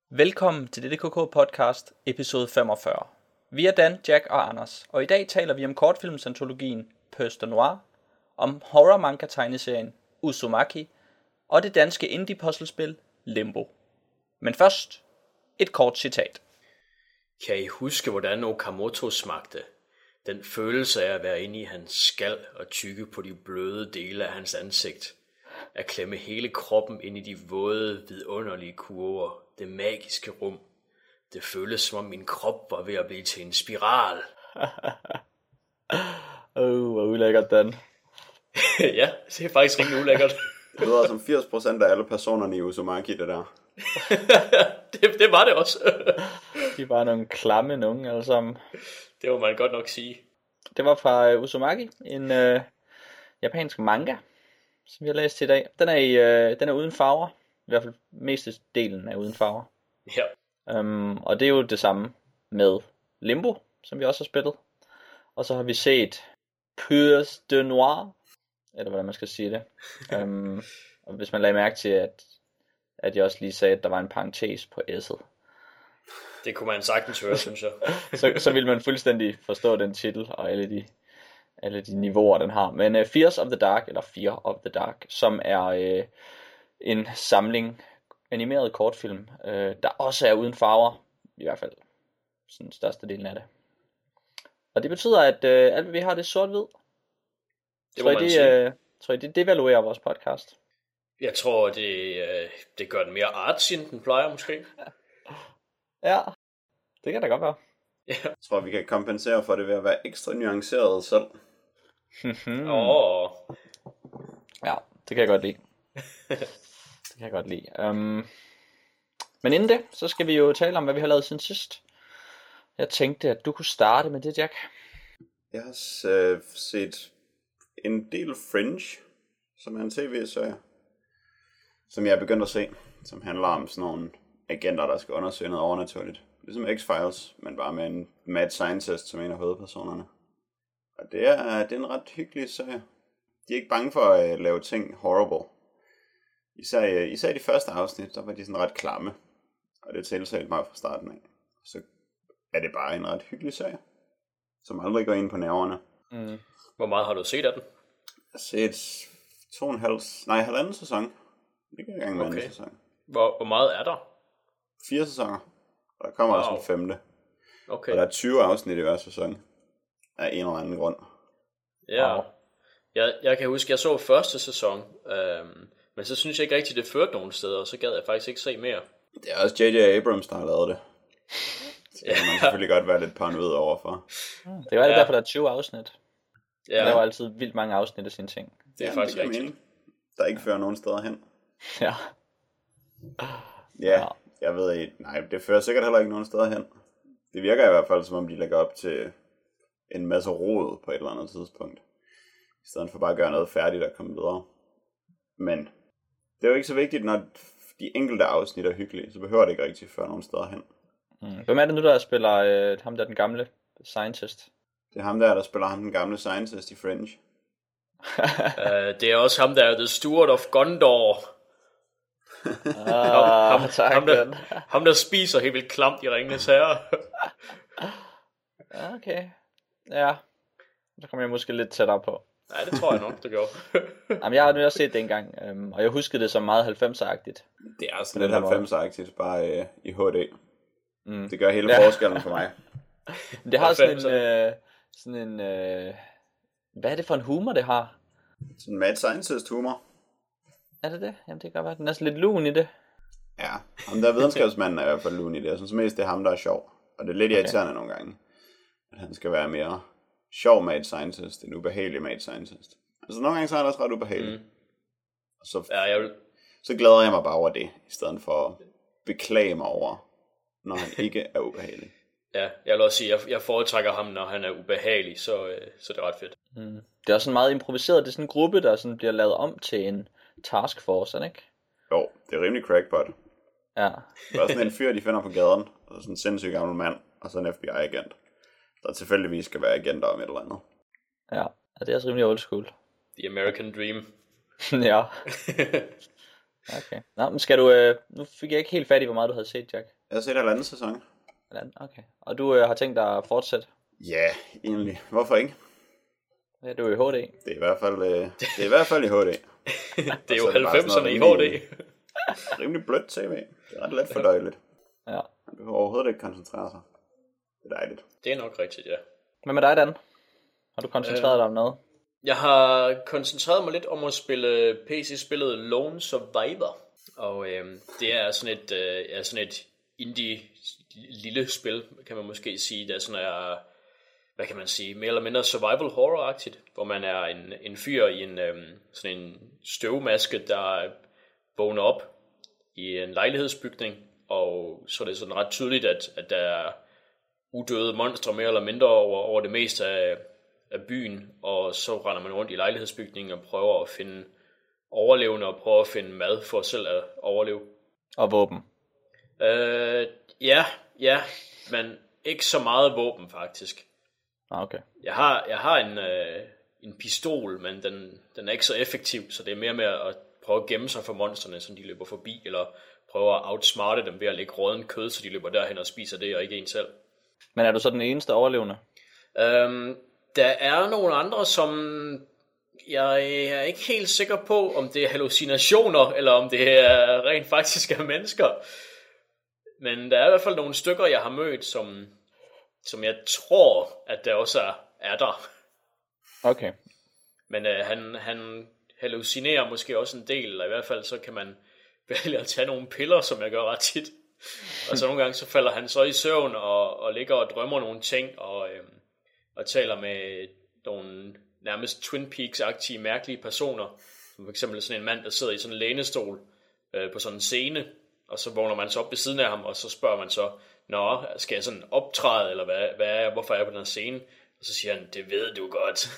Velkommen til DDKK podcast, episode 45. Vi er Dan, Jack og Anders, og i dag taler vi om kortfilmsantologien Purse de Noir, om horror-manga-tegneserien Uzumaki og det danske indie-puzzlespil Limbo. Men først, et kort citat. Kan I huske, hvordan Okamoto smagte? Den følelse af at være inde i hans skal og tykke på de bløde dele af hans ansigt. At klemme hele kroppen ind i de våde, vidunderlige kurver. Det magiske rum. Det føles som om min krop var ved at blive til en spiral. Hvor ulækkert, Dan. Ja, det er faktisk rimelig ulækkert. Det lyder som 80% af alle personerne i Uzumaki, det der. det var det også. De var nogle klamme nogen alle sammen. Det må man godt nok sige. Det var fra Uzumaki, en japansk manga, som vi har læst i dag. Den er uden farver. I hvert fald mestedelen er uden farver. Ja. Og det er jo det samme med Limbo, som vi også har spillet. Og så har vi set Purse de Noir, eller hvordan man skal sige det. Og hvis man lagde mærke til, at jeg også lige sagde, at der var en parentes på S'et. Det kunne man sagtens høre, synes jeg. så ville man fuldstændig forstå den titel og alle de niveauer, den har. Men Fears of the Dark, eller Fear of the Dark, som er en samling animeret kortfilm, der også er uden farver, i hvert fald sådan størstedelen af det. Og det betyder, at alt hvad vi har, det er sort-hvid. Tror I, det devaluerer vores podcast? Jeg tror, det gør den mere artsy, end den plejer måske. Ja, det kan da godt være. Jeg tror, vi kan kompensere for det ved at være ekstra nuanceret selv. Ja, det kan jeg godt lide. Det kan jeg godt lide. Men inden det, så skal vi jo tale om, hvad vi har lavet siden sidst. Jeg tænkte, at du kunne starte med det, Jack. Jeg har set en del Fringe, som er en tv-serie, som jeg er begyndt at se, som handler om sådan nogle agenter, der skal undersøge noget overnaturligt. Ligesom X-Files, men bare med en mad scientist som en af hovedpersonerne. Og det er en ret hyggelig serie. De er ikke bange for at lave ting horrible. Især i de første afsnit, der var de sådan ret klamme. Og det tiltalte mig fra starten af. Så er det bare en ret hyggelig serie, som aldrig går ind på nerverne. Mm. Hvor meget har du set af den? Jeg har set 1,5 sæson. Det kan jeg ikke engang med anden sæson. Hvor meget er der? 4 sæsoner. Og der kommer også en 5. Okay. Og der er 20 afsnit i hver sæson. Af en eller anden grund. Ja. Wow. Jeg kan huske, jeg så første sæson. Men så synes jeg ikke rigtigt, det førte nogen steder. Og så gad jeg faktisk ikke se mere. Det er også J.J. Abrams, der har lavet det. Så kan man selvfølgelig godt være lidt paranoid overfor. Det var det derfor, der er 20 afsnit. Ja. Der var altid vildt mange afsnit af sine ting. Det er faktisk rigtigt. Mening. Der ikke fører nogen steder hen. Ja, jeg ved ikke. Nej, det fører sikkert heller ikke nogen steder hen. Det virker i hvert fald, som om de lægger op til en masse rod på et eller andet tidspunkt. I stedet for bare at gøre noget færdigt og komme videre. Men det er jo ikke så vigtigt, når de enkelte afsnit er hyggelige, så behøver det ikke rigtig føre nogen steder hen. Hvem er det nu, der spiller ham der den gamle scientist? Det er ham der spiller ham den gamle scientist i Fringe. Det er også ham der er The Steward of Gondor. ham der spiser helt vildt klamt i Ringenes Herre. Okay. Ja. Så kommer jeg måske lidt tættere på. Nej, det tror jeg nok, du gjorde. Jamen, jeg har nu også set det engang, og jeg huskede det som meget 90'er-agtigt. Det er sådan lidt 90'er-agtigt, bare i HD. Det gør hele forskellen for mig. Det har sådan en hvad er det for en humor, det har? Sådan en mad scientist humor. Er det det? Jamen, det kan godt være, den er sådan lidt lun i det. Ja, ham der videnskabsmanden er i hvert fald lun i det. Jeg synes mest, det er ham, der er sjov. Og det er lidt irriterende nogle gange, at han skal være mere sjov mad scientist end ubehagelig mad scientist. Altså nogle gange så er han også ret ubehagelig. Og så glæder jeg mig bare over det, i stedet for at beklage mig over, når han ikke er ubehagelig. Ja, jeg vil også sige, at jeg foretrækker ham, når han er ubehagelig, så det er ret fedt. Det er også sådan meget improviseret. Det er sådan en gruppe, der sådan bliver lavet om til en taskforce, ikke? Jo, det er rimelig crackpot. Ja. Det er sådan en fyr, de finder på gaden, og sådan en sindssygt gammel mand, og så en FBI-agent, der tilfældigvis skal være agenter om et eller andet. Ja, det er også rimelig old school. The American Dream. Ja. Okay. Nå, men skal du... nu fik jeg ikke helt fat i, hvor meget du havde set, Jack. Jeg har set halvanden sæson. Okay. Og du har tænkt dig at fortsætte? Ja, egentlig. Hvorfor ikke? Ja, du er i HD. Det er i hvert fald i HD. Det er jo 90'erne i HD. Rimelig blødt tv. Det er ret let fordøjeligt. Ja. Man behøver overhovedet ikke koncentrere sig. Det er dejligt. Det er nok rigtigt, ja. Hvad med dig, Dan? Har du koncentreret dig om noget? Jeg har koncentreret mig lidt om at spille PC-spillet Lone Survivor. Og det er sådan et indie lille spil, kan man måske sige. Det er sådan hvad kan man sige, mere eller mindre survival horror-agtigt, hvor man er en fyr i sådan en støvmaske, der vågner op i en lejlighedsbygning, og så er det sådan ret tydeligt, at der er udøde monstre mere eller mindre over det meste af byen, og så render man rundt i lejlighedsbygningen og prøver at finde overlevende og prøver at finde mad for selv at overleve. Og våben? Ja, men ikke så meget våben faktisk. Okay. Jeg har en pistol, men den er ikke så effektiv, så det er mere med at prøve at gemme sig for monsterne, så de løber forbi, eller prøve at outsmarte dem ved at lægge rådden kød, så de løber derhen og spiser det, og ikke en selv. Men er du så den eneste overlevende? Der er nogle andre, som jeg er ikke helt sikker på, om det er hallucinationer, eller om det er rent faktisk er mennesker. Men der er i hvert fald nogle stykker, jeg har mødt, som jeg tror, at der også er der. Okay. Men han hallucinerer måske også en del, eller i hvert fald så kan man vælge at tage nogle piller, som jeg gør ret tit. Og så nogle gange så falder han så i søvn og ligger og drømmer nogle ting, og taler med nogle nærmest Twin Peaks-agtige mærkelige personer. Som for eksempel sådan en mand, der sidder i sådan en lænestol på sådan en scene, og så vågner man så op ved siden af ham, og så spørger man så, nå, skal jeg sådan optræde, eller hvorfor er jeg på den her scene? Og så siger han, det ved du godt.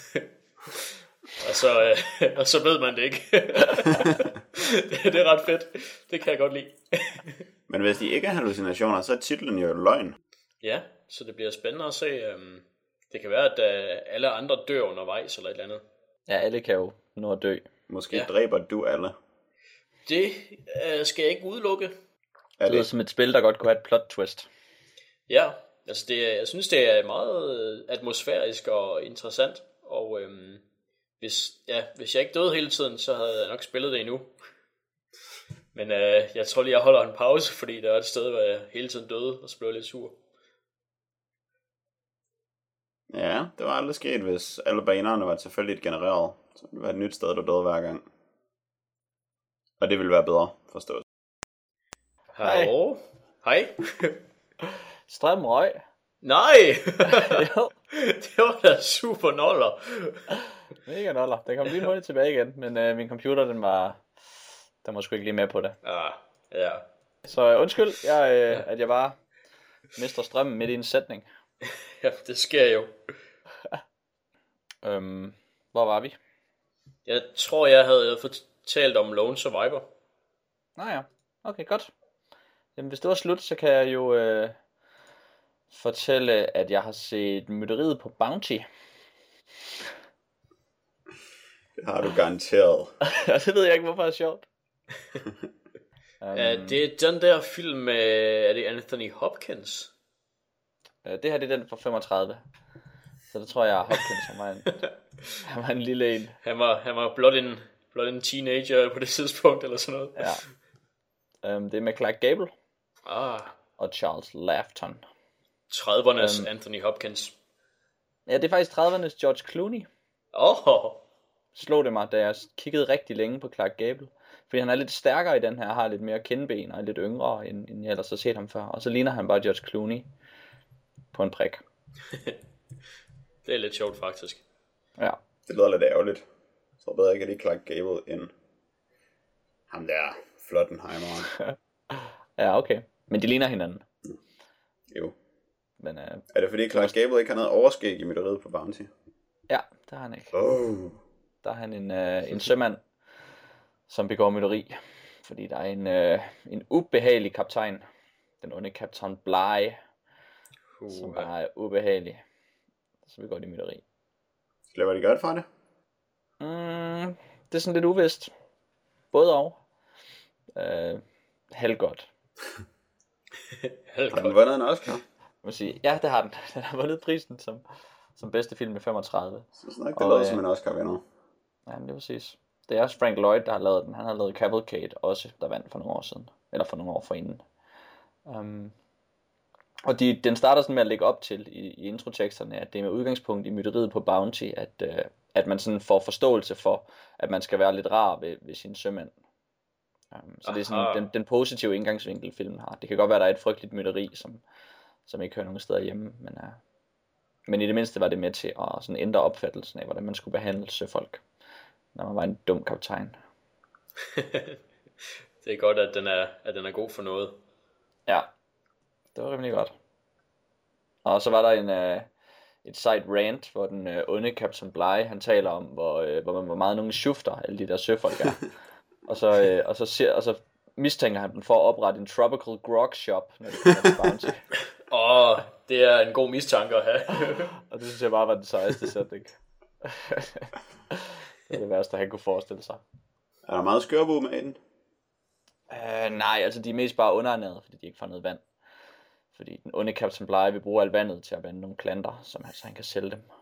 og så ved man det ikke. Det er ret fedt. Det kan jeg godt lide. Men hvis de ikke er hallucinationer, så er titlen jo løgn. Ja, så det bliver spændende at se. Det kan være, at alle andre dør undervejs, eller et eller andet. Ja, alle kan jo nå at dø. Måske dræber du alle. Det skal jeg ikke udelukke. Det lyder som et spil, der godt kunne have et plot twist. Ja, altså jeg synes, det er meget atmosfærisk og interessant. Og hvis jeg ikke døde hele tiden, så havde jeg nok spillet det endnu. Men jeg tror lige, jeg holder en pause, fordi der er et sted, hvor jeg hele tiden døde, og så blev jeg lidt sur. Ja, det var aldrig sket, hvis alle banerne var tilfældigt genereret. Så det var et nyt sted, der døde hver gang. Og det ville være bedre, forstås. Hallo? Hej. Strøm røg. Nej! Det var da super noller. Mega noller. Den kom lige hurtigt tilbage igen, men min computer, den var sgu ikke lige med på det. Ja. Så undskyld, at jeg bare mister strømmen midt i en sætning. Ja, det sker jo. Hvor var vi? Jeg tror, jeg havde fortalt om Lone Survivor. Ja. Okay, godt. Jamen, hvis det var slut, så kan jeg jo fortælle, at jeg har set mytteriet på Bounty. Det har du garanteret. Det ved jeg ikke, hvorfor det er sjovt. Det er den der film med, er det Anthony Hopkins? Det her det er den fra 35. Så det tror jeg, Hopkins han var en lille en. Han var blot en teenager på det tidspunkt, eller sådan noget. Ja. Det er med Clark Gable. Og Charles Laughton. 30'ernes Anthony Hopkins. Ja, det er faktisk 30'ernes George Clooney. Slog det mig, da jeg kiggede rigtig længe på Clark Gable. Fordi han er lidt stærkere i den her, har lidt mere kindben og er lidt yngre, end jeg ellers har set ham før. Og så ligner han bare George Clooney på en prik. Det er lidt sjovt faktisk. Ja. Det lyder lidt ærgerligt. Så bedre ikke at lide Clark Gable end ham der Flottenheimer. Ja, okay. Men de ligner hinanden. Jo. Men, er det fordi Clark Gable ikke har noget overskæg i mytteriet på Bounty? Ja, det har han ikke. Der er han en sømand, som begår mytteri. Fordi der er en ubehagelig kaptajn. Den onde kaptajn Bligh. Som bare er ubehagelig. Så begår de mytteri. Slipper de godt fra det? Det er sådan lidt uvist. Både og. Helgot. Har den vundet en Oscar? Må sige, ja, det har den. Den har vundet prisen som bedste film i 35. Så snakker det lød som en Oscar-vinder. Ja, det er præcis. Det er også Frank Lloyd, der har lavet den. Han har lavet Cavalcade også, der vandt for nogle år siden. Eller for nogle år forinden. Og den starter sådan med at lægge op til i introteksterne, at det er med udgangspunkt i mytteriet på Bounty, at man sådan får forståelse for, at man skal være lidt rar ved sine sømænd. Så det er sådan den positive indgangsvinkel, filmen har. Det kan godt være, at der er et frygteligt mytteri, som ikke hører nogen steder hjemme, men i det mindste var det med til at sådan ændre opfattelsen af, hvordan man skulle behandle søfolk, når man var en dum kaptajn. Det er godt, at den er god for noget. Ja, det var rimelig godt. Og så var der et side rant, hvor den onde Captain Bligh, han taler om, hvor meget nogle shufter, alle de der søfolk er. og så mistænker han den for at oprette en tropical grog shop, når det kommer til Bounty. Det er en god mistanke at have. Og det synes jeg bare var den sejeste sætning. Det er det værste, han kunne forestille sig. Er der meget skørbu med den? Nej, altså de er mest bare underernæret, fordi de ikke får noget vand. Fordi den onde Captain Bligh vil bruge alt vandet til at vande nogle planter, så han kan sælge dem.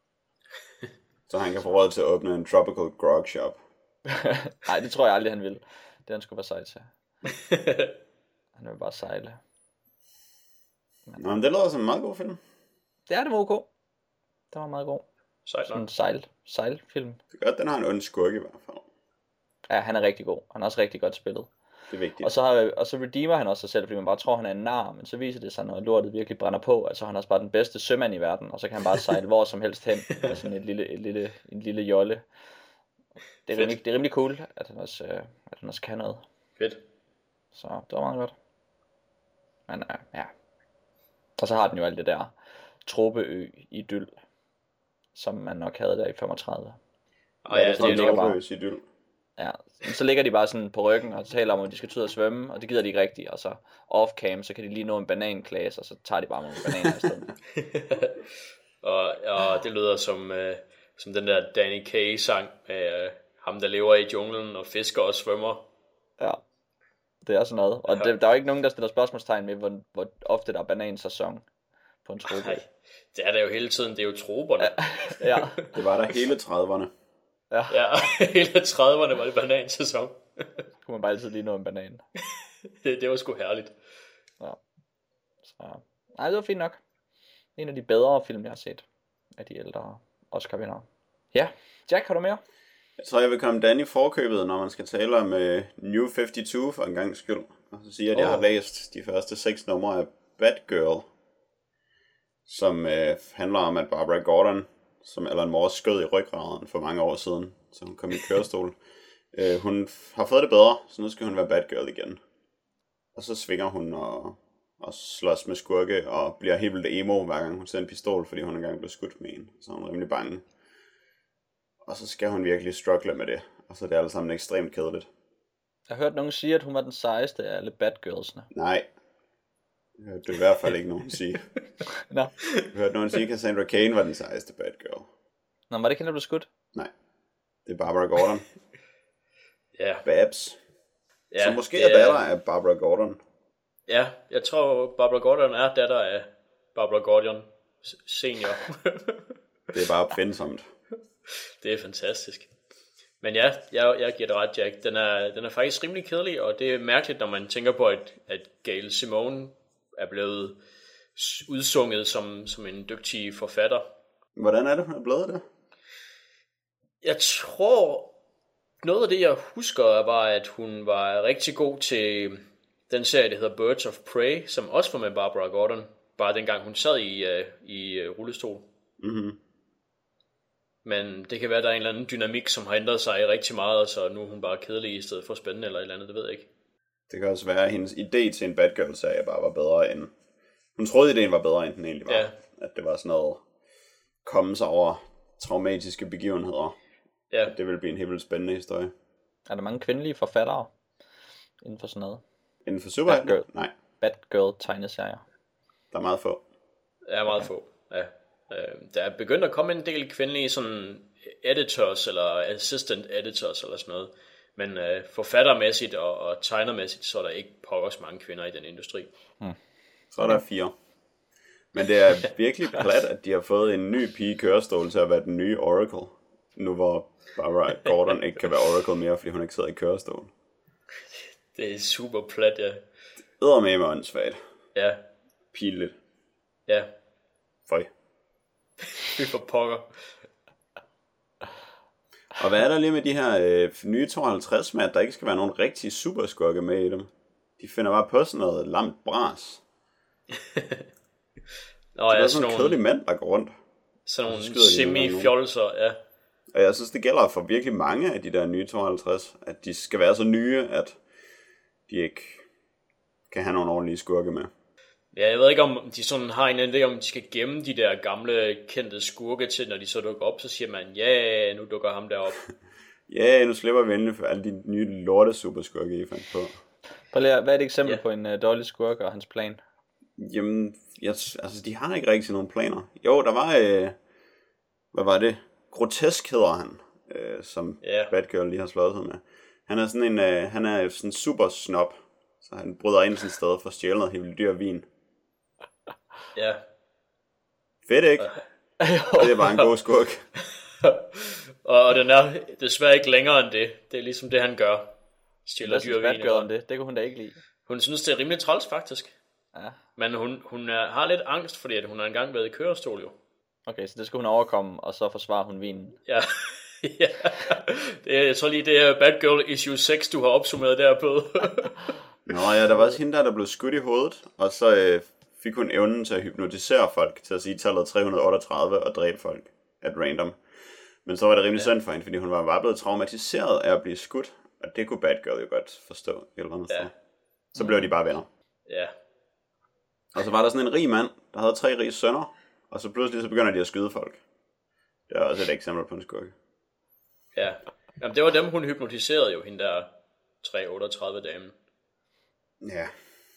Så han kan få råd til at åbne en tropical grog shop? Nej, det tror jeg aldrig, han vil. Det han skulle være sej til. Han vil bare sejle. Men det lyder som en meget god film. Det var ok. Det var meget god. Sådan en sejlfilm. Det er godt, den har en ond skurk i hvert fald. Ja, han er rigtig god. Han er også rigtig godt spillet. Det er vigtigt. Og så redeemer han også sig selv, fordi man bare tror, han er en nar, men så viser det sig, når lortet virkelig brænder på, altså han er også bare den bedste sømand i verden, og så kan han bare sejle hvor som helst hen med sådan en lille jolle. Det er rimelig cool, at han også kan noget. Fedt. Så det var meget godt. Men ja. Og så har den jo alt det der tropeø-idyl, som man nok havde der i 35. Ja, det er tropeø-idyl. Ja, så ligger de bare sådan på ryggen og taler om, at de skal ud og svømme, og det gider de ikke rigtigt, og så off-cam, så kan de lige nå en bananklasse, og så tager de bare nogle bananer i stedet. og det lyder som den der Danny Kaye sang med ham, der lever i junglen og fisker og svømmer. Ja, det er sådan noget. Og der er jo ikke nogen, der stiller spørgsmålstegn med, hvor ofte der er banansæson på en trope. Nej, det er der jo hele tiden, det er jo troperne. Ja. Det var der hele 30'erne. Ja, hele 30'erne var det banansæson. Kunne man bare altid lige nå en banan. det var sgu herligt. Ja. Så, nej, det var fint nok. En af de bedre film, jeg har set af de ældre Oscar-vindere. Ja, Jack, har du mere? Jeg tror, jeg vil komme Dan i forkøbet, når man skal tale om New 52 for en gang skyld. Og så sige, at jeg har læst de første 6 numre af Batgirl, som handler om, at Barbara Gordon, som Alan Moore skød i ryggraden for mange år siden, så hun kom i kørestol. Hun har fået det bedre, så nu skal hun være Batgirl igen. Og så svinger hun og slås med skurke og bliver helt vildt emo, hver gang hun ser en pistol, fordi hun engang blev skudt med en. Så er hun rimelig bange. Og så skal hun virkelig struggle med det. Og så er det alle sammen ekstremt kedeligt. Jeg har hørt nogen sige, at hun var den sejeste af alle Batgirlsene. Nej. Det hørte i hvert fald ikke nogen sige. Nå. Jeg hørte nogen sige, at Cassandra Cain var den sejeste Batgirl. Nå, var det ikke hende, der blev skudt? Nej. Det er Barbara Gordon. Ja. Babs. Ja, så måske er datter af Barbara Gordon. Ja, jeg tror Barbara Gordon er datter af Barbara Gordon senior. Det er bare opfindsomt. Det er fantastisk. Men ja, jeg giver det ret, Jack. Den er faktisk rimelig kedelig, og det er mærkeligt, når man tænker på, at Gail Simone er blevet udsunget som en dygtig forfatter. Hvordan er det, hun er blevet det? Jeg tror, noget af det, jeg husker, var, at hun var rigtig god til den serie, der hedder Birds of Prey, som også var med Barbara Gordon, bare dengang hun sad i rullestol. Mhm. Men det kan være, at der er en eller anden dynamik, som har ændret sig rigtig meget, så nu er hun bare kedelig i stedet for spændende eller et eller andet, det ved jeg ikke. Det kan også være, at hendes idé til en Batgirl-serie bare var bedre end... Hun troede, ideen var bedre, end den egentlig var. Ja. At det var sådan noget... komme sig over traumatiske begivenheder. Ja. At det ville blive en helt vildt spændende historie. Er der mange kvindelige forfattere inden for sådan noget? Inden for superhelte? Nej. Batgirl tegneserier. Der er meget få. Der er meget få, ja. Der er begyndt at komme en del kvindelige sådan editors eller assistant editors eller sådan noget. Men forfattermæssigt og tegnermæssigt, så er der ikke pokkers mange kvinder i den industri. Så er der 4. Men det er virkelig plat, at de har fået en ny pige kørestol til at være den nye Oracle. Nu hvor Barbara Gordon ikke kan være Oracle mere, fordi hun ikke sidder i kørestol. Det er super plat, ja. Eddermame med åndssvagt. Ja. Pinligt. Ja. Føj. Fy for pokker. Og hvad er der lige med de her nye 52 med, at der ikke skal være nogen rigtige superskurke med i dem? De finder bare på sådan noget lamt bras. Nå, det er sådan nogle kedelige mænd, der går rundt. Sådan nogle semi-fjolser, ja. Og jeg synes, det gælder for virkelig mange af de der nye 52, at de skal være så nye, at de ikke kan have nogle ordentlige skurke med. Ja, jeg ved ikke, om de sådan har en idé, om de skal gemme de der gamle, kendte skurke til, når de så dukker op, så siger man, ja, nu dukker ham derop. Ja, nu slipper vi endelig for alle de nye lorte superskurke, I fandt på. Hvad er et eksempel på en dårlig skurk og hans plan? Jamen, altså, de har ikke rigtig nogen planer. Jo, der var, hvad var det? Grotesk hedder han, som Batgirl lige har slået sig med. Han er sådan han er sådan super snob, så han bryder ind sådan et sted for at stjæle noget helt dyr vin. Ja. Fedt, ikke? Det er bare en god skurk. Og den er desværre ikke længere end det. Det er ligesom det, han gør. Stjæler dyr vin. Hvad om det? Det kunne hun da ikke lide. Hun synes, det er rimelig træls, faktisk. Ja. Men hun har lidt angst, fordi at hun har engang været i kørestol, jo. Okay, så det skal hun overkomme, og så forsvarer hun vinen. Ja. Ja. Jeg tror lige, det er Batgirl issue 6, du har opsummeret der på. Nå ja, der var også hende der blev skudt i hovedet, og så fik hun evnen til at hypnotisere folk, til at sige tallet 338 og dræbe folk at random. Men så var det rimelig synd for hende, fordi hun var bare blevet traumatiseret af at blive skudt, og det kunne Batgirl jo godt forstå et eller andet sted. Så blev de bare venner. Ja. Og så var der sådan en rig mand, der havde 3 rige sønner, og så pludselig så begynder de at skyde folk. Det er også et eksempel på en skurk. Ja, jamen det var dem, hun hypnotiserede jo, hende der 338 damen. Ja.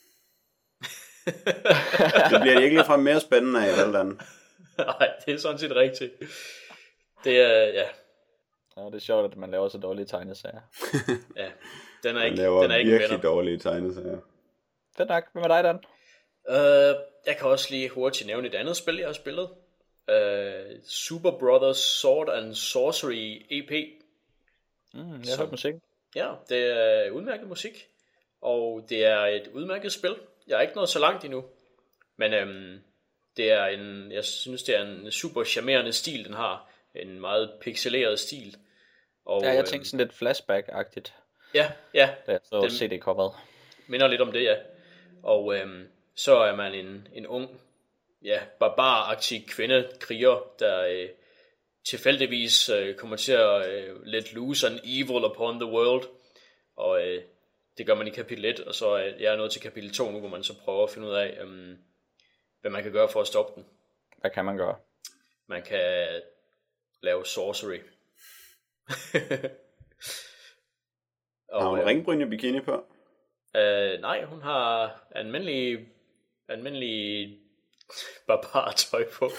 Det bliver ikke ligefrem mere spændende af alt andet. Nej, det er sådan set rigtigt. Det er, ja. Ja, det er sjovt, at man laver så dårlige tegneserier. Ja, den er ikke, den er ikke virkelig dårlige tegneserier. Fedt nok. Hvem er dig, Dan? Jeg kan også lige hurtigt nævne et andet spil, jeg har spillet. Super Brothers Sword and Sorcery EP. Jeg har hørt musik. Ja, det er udmærket musik. Og det er et udmærket spil. Jeg er ikke nået så langt endnu. Men jeg synes det er en super charmerende stil, den har. En meget pixeleret stil. Og, ja, jeg tænkte sådan lidt flashback-agtigt. Ja. Da jeg så CD-coveret. Minder lidt om det, ja. Og så er man en ung, barbaragtig kvindekriger, der tilfældigvis kommer til at let loose an evil upon the world. Og det gør man i kapitel 1, og så er jeg nået til kapitel 2 nu, hvor man så prøver at finde ud af, hvad man kan gøre for at stoppe den. Hvad kan man gøre? Man kan lave sorcery. Og, har hun ringbrynje bikini på? Nej, hun har almindelig barbartøj på.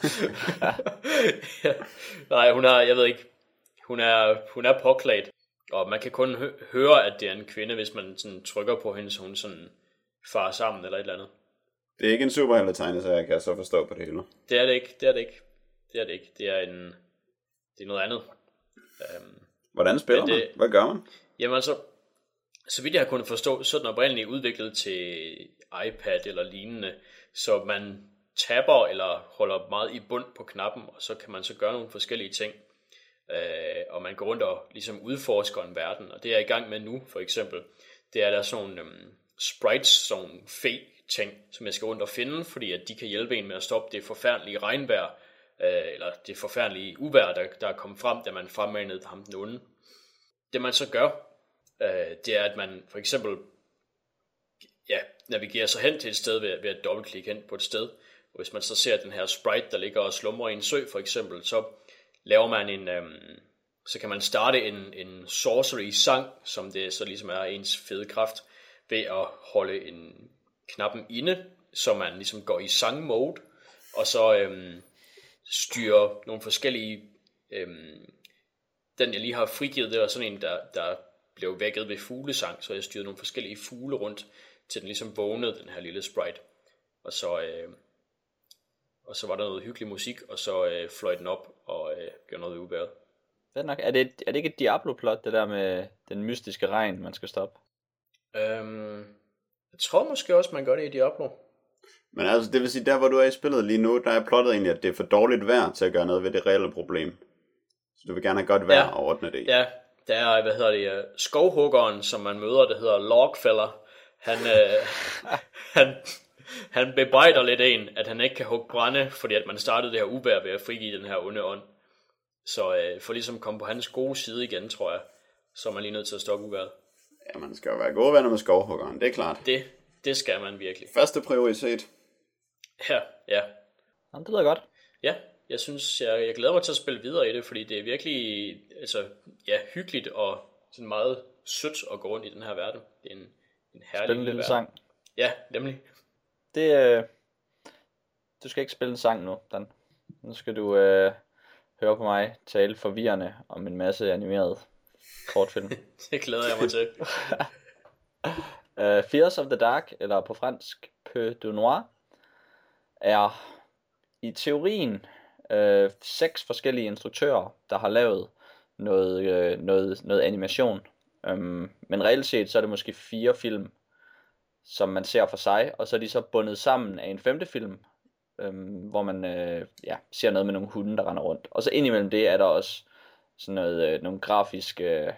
Ja. Nej, jeg ved ikke, hun er påklædt, og man kan kun høre, at det er en kvinde, hvis man sådan trykker på hende, så hun sådan farer sammen eller et eller andet. Det er ikke en superheltetegneserie, jeg kan så forstå på det hele. Det er det ikke. Det er noget andet. Hvordan spiller man? Hvad gør man? Jamen altså, så vidt jeg har kunnet forstå, så er den oprindeligt udviklet til iPad eller lignende, så man tapper eller holder meget i bund på knappen, og så kan man så gøre nogle forskellige ting. Og man går rundt og ligesom udforsker en verden, og det er jeg i gang med nu, for eksempel. Det er der sådan nogle sprites, sådan nogle fe-ting, som jeg skal rundt og finde, fordi at de kan hjælpe en med at stoppe det forfærdelige regnvejr, eller det forfærdelige uvejr, der er kommet frem, da man fremmanede ham den onde. Det man så gør, det er, at man for eksempel navigerer sig hen til et sted ved at dobbeltklikke hen på et sted. Og hvis man så ser den her sprite, der ligger og slumrer i en sø for eksempel, så laver man så kan man starte en sorcery-sang, som det så ligesom er ens fede kraft, ved at holde knappen inde, så man ligesom går i sang-mode, og så styrer nogle forskellige, den jeg lige har frigivet, det er sådan en, der blev vækket ved fuglesang, så jeg styrede nogle forskellige fugle rundt, til den ligesom vågnede, den her lille sprite. Og så var der noget hyggelig musik, og så fløj den op og gjorde noget ubæret. Fedt nok. Er det ikke et Diablo-plot, det der med den mystiske regn, man skal stoppe? Jeg tror måske også, man gør det i Diablo. Men altså, det vil sige, der hvor du er i spillet lige nu, der er plottet egentlig, at det er for dårligt vejr til at gøre noget ved det reelle problem. Så du vil gerne have godt vejr og ordne det i. Ja, der er, skovhuggeren, som man møder, der hedder Logfeller. Han bebrejder lidt at han ikke kan hugge brænde, fordi at man startede det her uvejr ved at frigive den her onde ånd. Så for ligesom at komme på hans gode side igen, tror jeg, så er man lige nødt til at stoppe uvejret. Ja, man skal jo være gode venner med skovhuggeren, det er klart. Det skal man virkelig. Første prioritet. Ja. Jamen, det lyder godt. Ja, jeg synes, jeg glæder mig til at spille videre i det, fordi det er virkelig hyggeligt og sådan meget sødt at gå rundt i den her verden. Det er en herlig lille verden. sang. Ja, nemlig. Du skal ikke spille en sang nu, Dan. Nu skal du høre på mig tale forvirrende om en masse animeret kortfilm. Det glæder jeg mig til. Fears of the Dark, eller på fransk Peu de Noir, er i teorien 6 forskellige instruktører, der har lavet noget animation. Men reelt set så er det måske 4 film, som man ser for sig, og så er de så bundet sammen af en 5. film, hvor man ser noget med nogle hunde, der render rundt. Og så indimellem det er der også sådan noget, nogle grafiske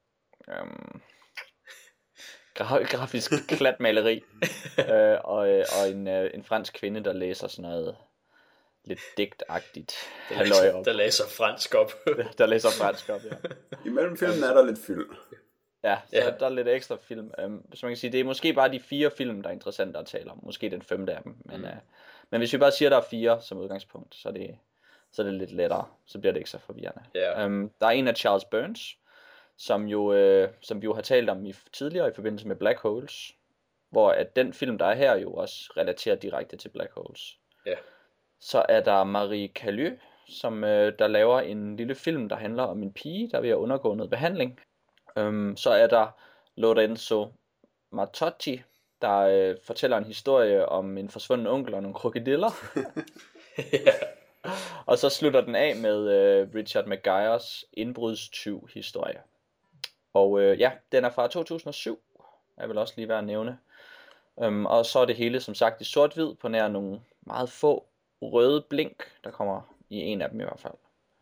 grafisk klatmaleri og en fransk kvinde, der læser sådan noget lidt digtagtigt. Der læser fransk op. Der læser fransk op, ja. Imellem filmen er der lidt fyld. Ja, så der er lidt ekstra film. Så man kan sige, det er måske bare de 4 film, der er interessante at tale om. Måske den 5. af dem. Men hvis vi bare siger, der er 4 som udgangspunkt, så er det lidt lettere. Så bliver det ikke så forvirrende. Yeah. Der er en af Charles Burns, som vi jo har talt om tidligere i forbindelse med Black Holes, hvor at den film, der er her, jo også relaterer direkte til Black Holes. Yeah. Så er der Marie Caillou, som der laver en lille film, der handler om en pige, der er ved at undergå noget behandling. Så er der Lorenzo Martotti, der fortæller en historie om en forsvunden onkel og nogle krokodiller. Og så slutter den af med Richard McGuire's indbrudstyv historie. Og den er fra 2007, jeg vil også lige være at nævne. Og så er det hele som sagt i sort-hvid på nær nogle meget få røde blink, der kommer i en af dem i hvert fald.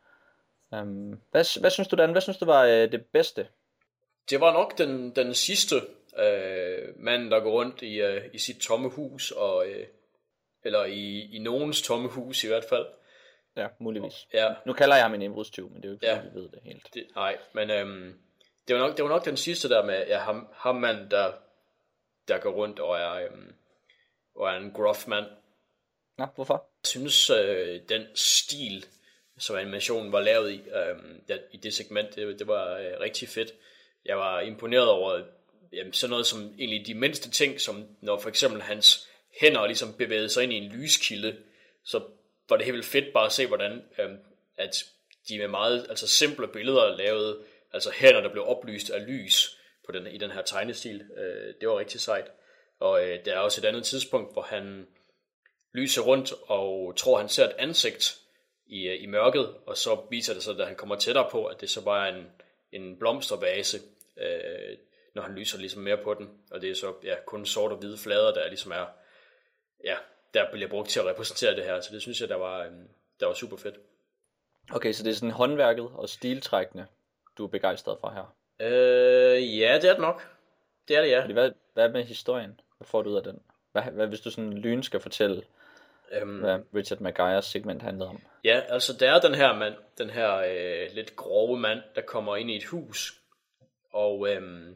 Hvad synes du, Dan? Hvad synes du var det bedste? Det var nok den sidste mand, der går rundt i sit tomme hus, eller i nogens tomme hus i hvert fald. Ja, muligvis. Ja. Nu kalder jeg ham en indbrudstyv, men det er jo ikke, fordi vi ved det helt. Nej, men det var nok den sidste der med ham mand, der går rundt og er en gruff mand. Nå, hvorfor? Jeg synes, den stil, som animationen var lavet i det segment, det var rigtig fedt. Jeg var imponeret over sådan noget som egentlig de mindste ting, som når for eksempel hans hænder ligesom bevægede sig ind i en lyskilde, så var det helt vildt fedt bare at se, hvordan at de med meget simple billeder lavede, hænder, der blev oplyst af lys i den her tegnestil. Det var rigtig sejt. Og der er også et andet tidspunkt, hvor han lyser rundt og tror, han ser et ansigt i mørket, og så viser det sig, da han kommer tættere på, at det så bare er en blomstervase, når han lyser ligesom mere på den. Og det er så kun sort og hvide flader, der ligesom er, der bliver brugt til at repræsentere det her. Så det synes jeg, der var super fedt. Okay, så det er sådan håndværket og stiltrækkende, du er begejstret for her? Ja, det er det nok. Det er det, ja. Hvad med historien? Hvad får du ud af den? Hvad hvis du sådan lyn skal fortælle, hvad Richard McGuire's segment handlede om? Ja, der er den her mand, den her lidt grove mand, der kommer ind i et hus, og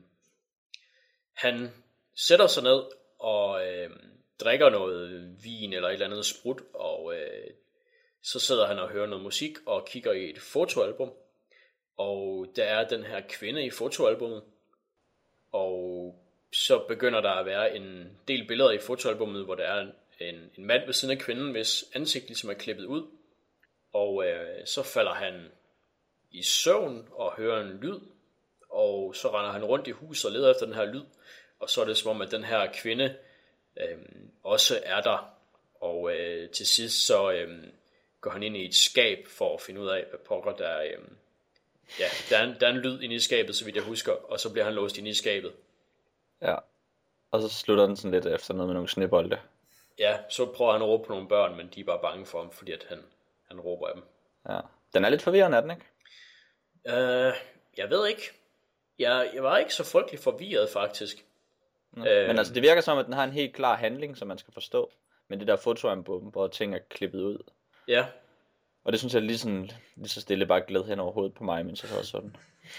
han sætter sig ned og drikker noget vin eller et eller andet sprut, og så sidder han og hører noget musik og kigger i et fotoalbum, og der er den her kvinde i fotoalbummet, og så begynder der at være en del billeder i fotoalbummet, hvor der er en mand ved siden af kvinden, hvis ansigt ligesom er klippet ud, og så falder han i søvn og hører en lyd, og så render han rundt i huset og leder efter den her lyd, og så er det som om, at den her kvinde også er der, og til sidst så går han ind i et skab for at finde ud af, hvad pokker der er. Der er en lyd inde i skabet, så vidt jeg husker, og så bliver han låst inde i skabet. Ja, og så slutter den sådan lidt efter noget med nogle snebolde. Ja, så prøver han at råbe på nogle børn, men de er bare bange for ham, fordi at han råber af dem. Ja, den er lidt forvirrende, er den ikke? Jeg ved ikke. Jeg var ikke så frygtelig forvirret, faktisk. Men altså, det virker som, at den har en helt klar handling, som man skal forstå. Men det der fotoalbum, hvor ting er klippet ud. Ja. Og det synes jeg lige så stille bare glæd hen over hovedet på mig, mens jeg sad sådan.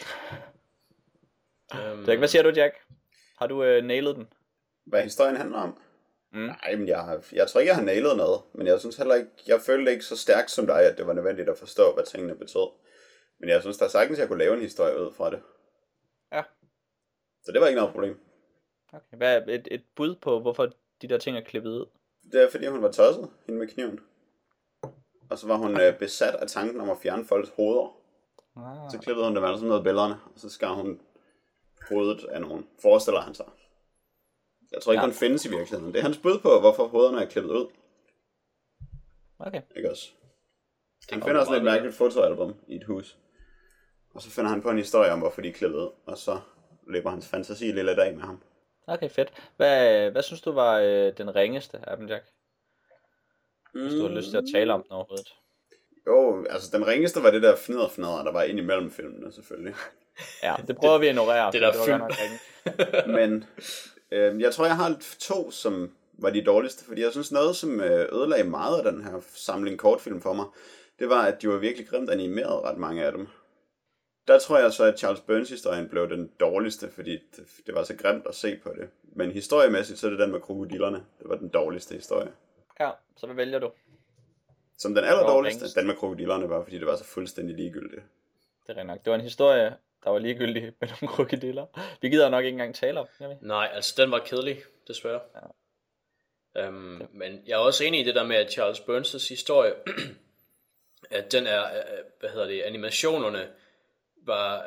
Jack, hvad siger du, Jack? Har du nailet den? Hvad historien handler om? Nej, men jeg tror ikke, jeg har nailet noget. Men jeg synes heller ikke, jeg følte ikke så stærkt som dig, at det var nødvendigt at forstå, hvad tingene betød. Men jeg synes, der er sagtens, jeg kunne lave en historie ud fra det. Ja. Så det var ikke noget problem. Okay. Hvad er et bud på, hvorfor de der ting er klippet ud? Det er fordi, hun var tosset, hende med kniven. Og så var hun besat af tanken om at fjerne folks hoveder. Så klippede hun dem altså med billederne, og så skar hun hovedet af nogen. Forestiller han sig. Jeg tror ikke, hun findes i virkeligheden. Det er hans bud på, hvorfor hovederne er klippet ud. Okay. Ikke også? Han finder sådan et mærkeligt fotoalbum i et hus. Og så finder han på en historie om, hvorfor de er klippet ud. Og så løber hans fantasi lidt af med ham. Okay, fedt. Hvad synes du var den ringeste af dem, Jack? Hvis du har lyst til at tale om den overhovedet. Jo, altså den ringeste var det der fnidder, der var ind imellem filmene selvfølgelig. Ja, det prøver vi at ignorere. Det der film. Men jeg tror, jeg har 2, som var de dårligste. Fordi jeg synes noget, som ødelagde meget af den her samling kortfilm for mig, det var, at de var virkelig grimt animeret, ret mange af dem. Der tror jeg så, at Charles Burns-historien blev den dårligste, fordi det var så grimt at se på det. Men historiemæssigt, så er det den med krokodillerne. Det var den dårligste historie. Ja, så hvad vælger du? Som den allerdårligste, den med krokodillerne var, fordi det var så fuldstændig ligegyldigt. Det er nok. Det var en historie, der var ligegyldig med nogle krokodiller. Vi gider nok ikke engang tale om. Nej, altså den var kedelig, desværre. Ja. Men jeg er også enig i det der med, at Charles Burns' historie, at den er, animationerne var,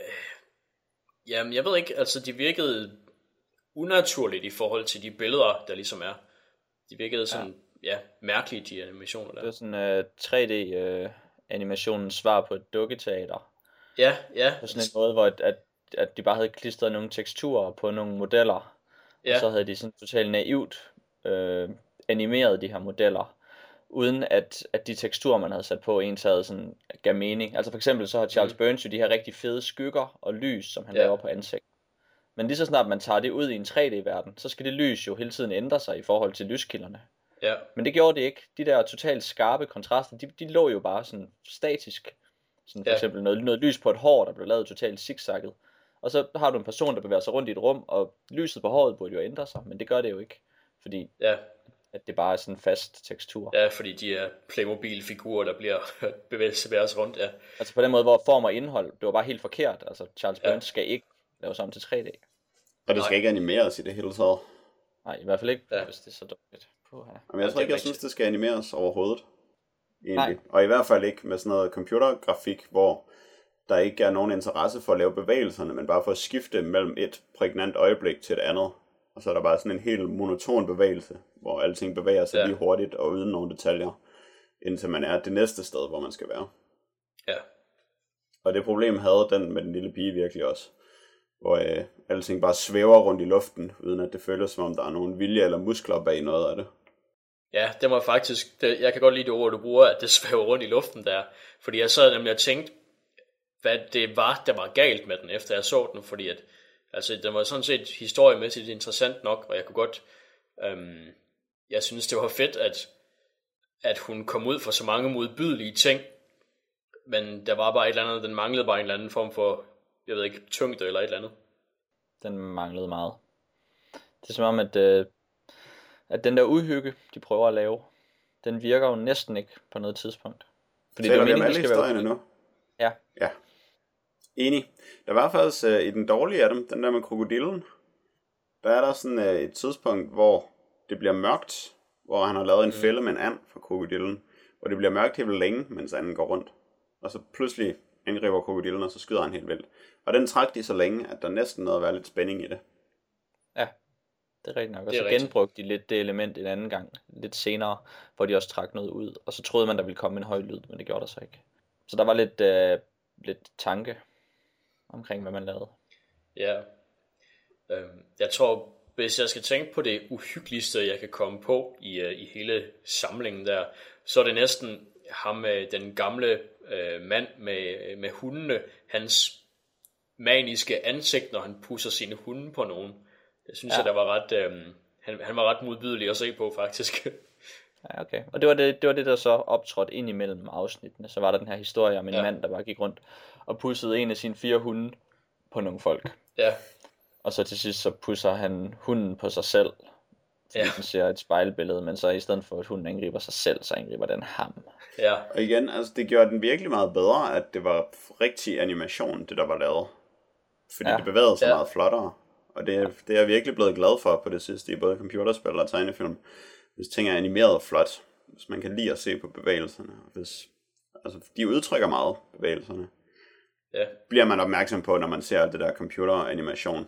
jamen jeg ved ikke, altså de virkede unaturligt i forhold til de billeder, der ligesom er. De virkede sådan, mærkelige, de animationer der. Det var sådan 3D animationens svar på et dukketeater. Ja. På sådan en måde, hvor at de bare havde klistret nogle teksturer på nogle modeller. Og så havde de sådan totalt naivt animeret de her modeller, uden at de teksturer, man havde sat på, ens havde sådan gav mening. Altså for eksempel så har Charles Burns jo de her rigtig fede skygger og lys, som han laver på ansigt. Men lige så snart man tager det ud i en 3D-verden, så skal det lys jo hele tiden ændre sig i forhold til lyskilderne. Ja. Men det gjorde det ikke. De der totalt skarpe kontraster, de lå jo bare sådan statisk. Sådan for eksempel noget lys på et hår, der blev lavet totalt zigzagget. Og så har du en person, der bevæger sig rundt i et rum, og lyset på håret burde jo ændre sig, men det gør det jo ikke. Fordi at det bare er sådan en fast tekstur. Ja, fordi de er Playmobil-figurer, der bliver bevæget sig rundt, Altså på den måde, hvor form og indhold, det var bare helt forkert. Altså Charles Burns skal ikke laves om til 3D. Og det skal ikke animeres i det hele taget. Nej, i hvert fald ikke, hvis det er så dårligt. Men jeg tror ikke, jeg synes, det skal animeres overhovedet. Egentlig. Og i hvert fald ikke med sådan noget computergrafik, hvor der ikke er nogen interesse for at lave bevægelserne, men bare for at skifte mellem et prægnant øjeblik til et andet. Og så er der bare sådan en helt monoton bevægelse, hvor alting bevæger sig lige hurtigt og uden nogen detaljer, indtil man er det næste sted, hvor man skal være. Ja. Og det problem havde den med den lille pige virkelig også, hvor alting bare svæver rundt i luften, uden at det føles som om der er nogen vilje eller muskler bag noget af det. Ja, det var faktisk, jeg kan godt lide det ord, du bruger, at det svæver rundt i luften der. Fordi jeg sad nemlig og tænkte, hvad det var, der var galt med den, efter jeg så den. Fordi at, altså, den var sådan set historiemæssigt interessant nok, og jeg kunne godt, jeg synes det var fedt, at hun kom ud for så mange modbydelige ting. Men der var bare et eller andet, den manglede bare en eller anden form for, jeg ved ikke, tyngde eller et eller andet. Den manglede meget. Det er som om, at den der udhygge, de prøver at lave, den virker jo næsten ikke på noget tidspunkt. Fordi det er meningen, alle historierne nu? Ja. Enig. Der var faktisk i den dårlige af dem, den der med krokodillen, der er der sådan et tidspunkt, hvor det bliver mørkt, hvor han har lavet en fælde med en and for krokodillen, hvor det bliver mørkt helt længe, mens anden går rundt. Og så pludselig angriber krokodillen, og så skyder han helt vildt. Og den trak de så længe, at der næsten nåede at være lidt spænding i det. Ja, det er rigtigt nok. Og Det er så rigtigt. genbrugte de lidt det element en anden gang, lidt senere, hvor de også trak noget ud. Og så troede man, der ville komme en høj lyd, men det gjorde der så ikke. Så der var lidt tanke omkring, hvad man lavede. Ja. Jeg tror, hvis jeg skal tænke på det uhyggeligste, jeg kan komme på i hele samlingen der, så er det næsten ham, den gamle mand med hundene, hans maniske ansigt, når han pusser sine hunde på nogen. Det synes jeg, der var ret... Han var ret modbydelig at se på, faktisk. Ja, okay. Og det var det, der så optrådte ind imellem afsnittene. Så var der den her historie om en mand, der bare gik rundt og pussede en af sine 4 hunde på nogle folk. Ja. Og så til sidst så pusser han hunden på sig selv, fordi den ser et spejlbillede, men så i stedet for at hunden angriber sig selv, så angriber den ham. Ja. Og igen, altså det gjorde den virkelig meget bedre, at det var rigtig animation, det der var lavet. Fordi det bevægede sig meget flottere. Og det er jeg virkelig blevet glad for på det sidste i både computerspil og tegnefilm. Hvis ting er animeret flot, hvis man kan lide at se på bevægelserne. Altså de udtrykker meget, bevægelserne. Ja. Bliver man opmærksom på, når man ser det der computeranimation.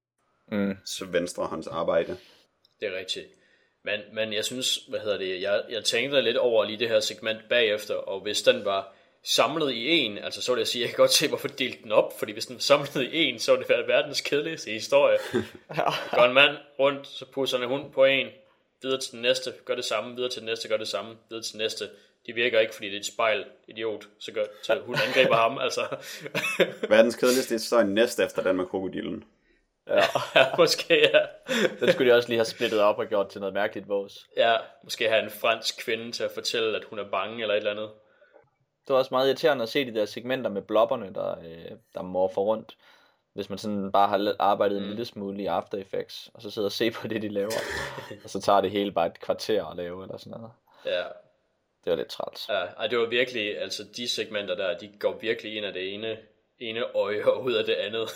Så venstrehånds arbejde. Det er rigtigt. Men jeg synes, jeg tænkte lidt over lige det her segment bagefter, og hvis den var samlet i en, altså så vil jeg sige, jeg kan godt se, hvorfor delte den op, fordi hvis den var samlet i en, så ville det være verdens kedeligste historie. Går en mand rundt, så pusser han hund på en, videre til den næste, gør det samme, videre til den næste, gør det samme, videre til den næste. De virker ikke, fordi det er et spejl, idiot, så hun angriber ham, altså. Verdens kedeligste historie næste efter den med krokodillen. Ja. Måske, ja. Den skulle de også lige have splittet op og gjort til noget mærkeligt vås. Ja, måske have en fransk kvinde til at fortælle, at hun er bange eller et eller andet. Det var også meget irriterende at se de der segmenter med blobberne, der morfer rundt. Hvis man sådan bare har arbejdet en lille smule i After Effects, og så sidder og se på det, de laver. Og så tager det hele bare et kvarter at lave, eller sådan noget. Ja. Det var lidt træls. Ja, det var virkelig, altså de segmenter der, de går virkelig ind af det ene øje og ud af det andet.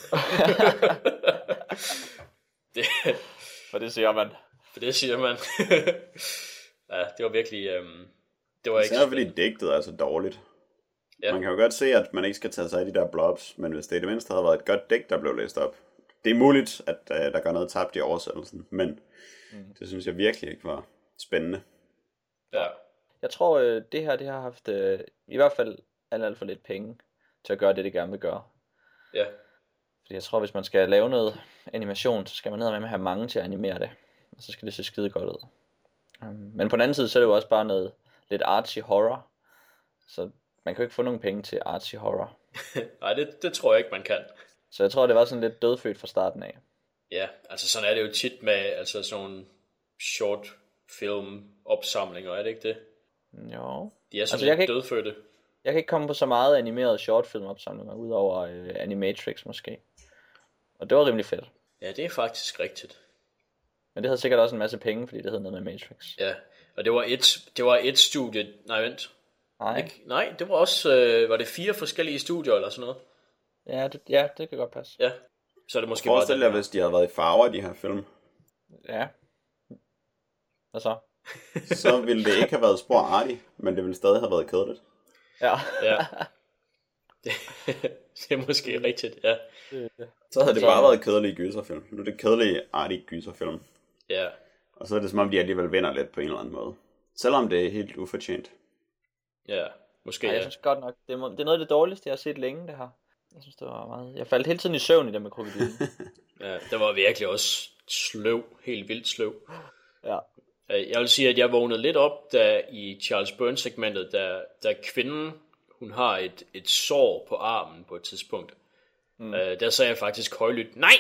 For det siger man. Ja, det var virkelig, det var ikke så fordi digtet er så dårligt. Ja. Man kan jo godt se, at man ikke skal tage sig af de der blobs, men hvis det i det mindste havde været et godt digt, der blev læst op. Det er muligt, at der går noget tabt i oversættelsen, men det synes jeg virkelig ikke var spændende. Ja. Jeg tror, det her det har haft i hvert fald alt for lidt penge til at gøre det gerne vil gøre. Ja. Fordi jeg tror, hvis man skal lave noget animation, så skal man ned med at have mange til at animere det. Og så skal det se skide godt ud. Men på den anden side, så er det jo også bare noget lidt artsy horror. Så man kan jo ikke få nogen penge til artsy horror. Nej, det tror jeg ikke, man kan. Så jeg tror, det var sådan lidt dødfødt fra starten af. Ja, altså sådan er det jo tit med altså sådan nogle short film opsamlinger, er det ikke det? Jo. De er sådan lidt dødfødte. Jeg kan ikke komme på så meget animerede shortfilm opsamlinger, udover Animatrix måske. Og det var rimelig fedt. Ja, det er faktisk rigtigt. Men det havde sikkert også en masse penge, fordi det hed noget med Matrix. Ja, og det var et studie. Nej, vent. Nej, det var også, var det 4 forskellige studier eller sådan noget? Ja, det kan godt passe. Ja, så er det måske Forestil jer, hvis de havde været i farver, de her film. Ja. Hvad så? Så ville det ikke have været spor artigt, men det ville stadig have været kedeligt. Ja. Det er måske rigtigt, ja. Så havde det bare været kedelige gyserfilm. Nu er det kedelige, artige gyserfilm. Ja. Og så er det som om, de alligevel vinder lidt på en eller anden måde. Selvom det er helt ufortjent. Ja, måske. Jeg synes godt nok, det er noget af det dårligste, jeg har set længe, det her. Jeg synes, det var meget... Jeg faldt hele tiden i søvn i det med krokodillen. Ja, det var virkelig også sløv. Helt vildt sløv. Ja. Jeg vil sige, at jeg vågnede lidt op, da i Charles Burns-segmentet, da kvinden, hun har et sår på armen på et tidspunkt. Der sagde jeg faktisk højlydt, nej!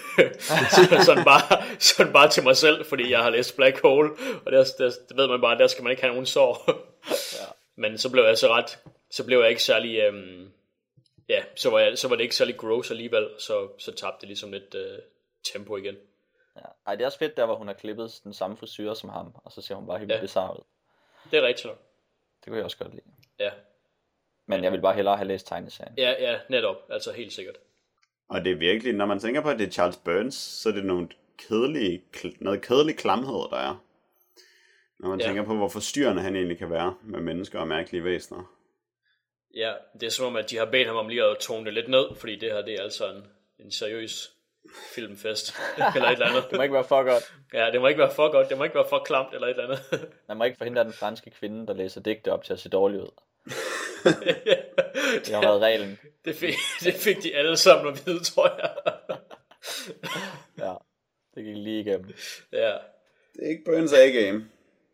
sådan bare til mig selv, fordi jeg har læst Black Hole, og der ved man bare, der skal man ikke have nogen sår. Ja. Men så blev jeg ikke særlig, så var det ikke særlig gross alligevel, så tabte det ligesom lidt tempo igen. Ja. Ej, det er også fedt der, hvor hun har klippet den samme frisyre som ham, og så ser hun bare helt bizarre ud. Det er rigtigt. Det kunne jeg også godt lide. Ja. Men jeg vil bare hellere have læst tegneserien. Ja, netop. Altså helt sikkert. Og det er virkelig, når man tænker på, at det er Charles Burns, så er det noget kedelig klamhed, der er. Når man tænker på, hvor forstyrrende han egentlig kan være med mennesker og mærkelige væsener. Ja, det er som om, at de har bedt ham om lige at tone det lidt ned, fordi det her, det er altså en seriøs filmfest, eller et eller andet. Det må ikke være for godt. Ja, det må ikke være for godt, det må ikke være for klamt, eller et eller andet. Man må ikke forhindre den franske kvinde, der læser digte op til at se dårligt ud. Det har været reglen. Det fik de alle sammen at vide, tror jeg. Ja, det gik lige igennem. Ja. Det er ikke Burns A-game.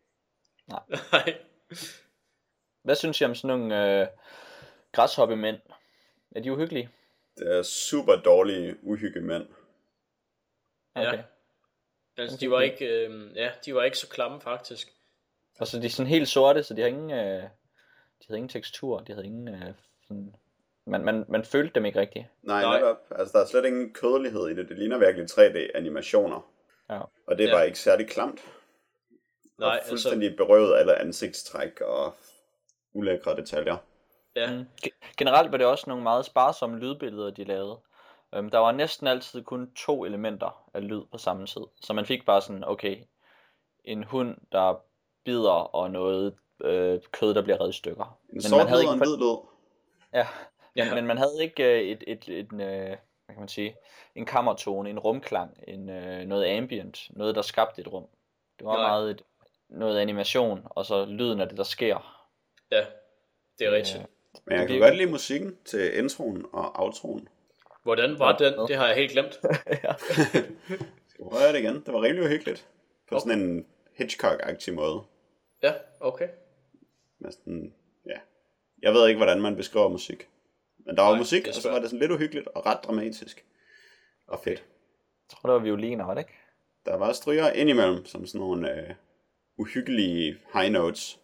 Nej. Hvad synes I om sådan nogle græshoppemænd? Er de uhyggelige? Det er super dårlige, uhyggemænd. Okay. Ja. Altså, de var ikke, de var ikke så klamme, faktisk. Og så de er sådan helt sorte, så de har ingen, de havde ingen tekstur, de havde ingen sådan... Man følte dem ikke rigtigt. Nej. Netop. Altså, der er slet ingen kødelighed i det. Det ligner virkelig 3D-animationer. Ja. Og det er bare ikke særlig klamt. Nej, og fuldstændig berøvet af alle ansigtstræk og ulækre detaljer. Ja. Generelt var det også nogle meget sparsomme lydbilleder, de lavede. Der var næsten altid kun 2 elementer af lyd på samme tid. Så man fik bare sådan, okay, en hund, der bider, og noget kød, der bliver revet i stykker. En sort lyd og en hvid lyd. Ja, men man havde ikke hvad kan man sige, en kammertone, en rumklang, noget ambient, noget, der skabte et rum. Det var meget noget animation, og så lyden af det, der sker. Ja, det er rigtigt. Men jeg kan godt lide musikken til introen og outroen. Hvordan var den? Det har jeg helt glemt. Skal vi prøve det igen? Det var rimelig uhyggeligt. På sådan en Hitchcock-agtig måde. Ja, okay. Med sådan, ja. Jeg ved ikke, hvordan man beskriver musik. Men der var musik, og så var det sådan lidt uhyggeligt og ret dramatisk. Og fedt. Jeg tror, det var violiner, var det ikke? Der var stryger indimellem, som sådan nogle uhyggelige high notes.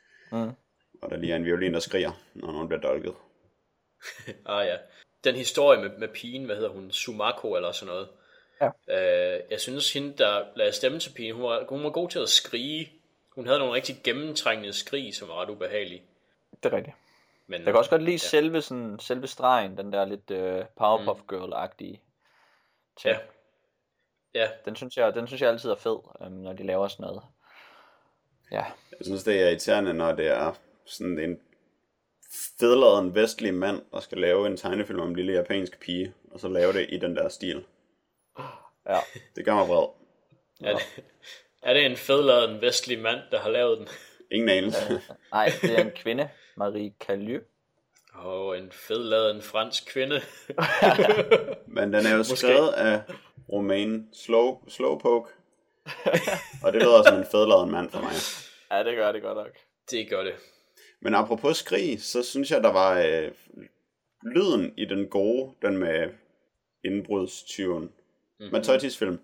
Og der lige er en violin, der skriger, når nogen bliver dolket. Ja. Den historie med pigen, hvad hedder hun? Sumako eller sådan noget. Ja. Jeg synes, hende, der lagde stemme til pigen, hun var god til at skrige. Hun havde nogle rigtig gennemtrængende skrig, som var ret ubehagelige. Det er rigtigt. Men, jeg kan også godt lide selve stregen, den der lidt Powerpuff Girl-agtige ting. Ja. Den synes jeg altid er fed, når de laver sådan noget. Ja. Jeg synes, det er irriterende, når det er sådan en fedladen vestlig mand, der skal lave en tegnefilm om en lille japansk pige, og så lave det i den der stil. Ja. Det gør mig vred. Er det en fedladen vestlig mand, der har lavet den? Ingen anelse. Nej, det er en kvinde, Marie Calleux. En fedladen fransk kvinde. Men den er jo skrevet af Romain Slowpoke. Og det lyder som en fedladen mand for mig. Ja, det gør det godt nok. Det gør det. Men apropos skrig, så synes jeg, der var lyden i den gode, den med indbrudstyven. Matøjtis-film.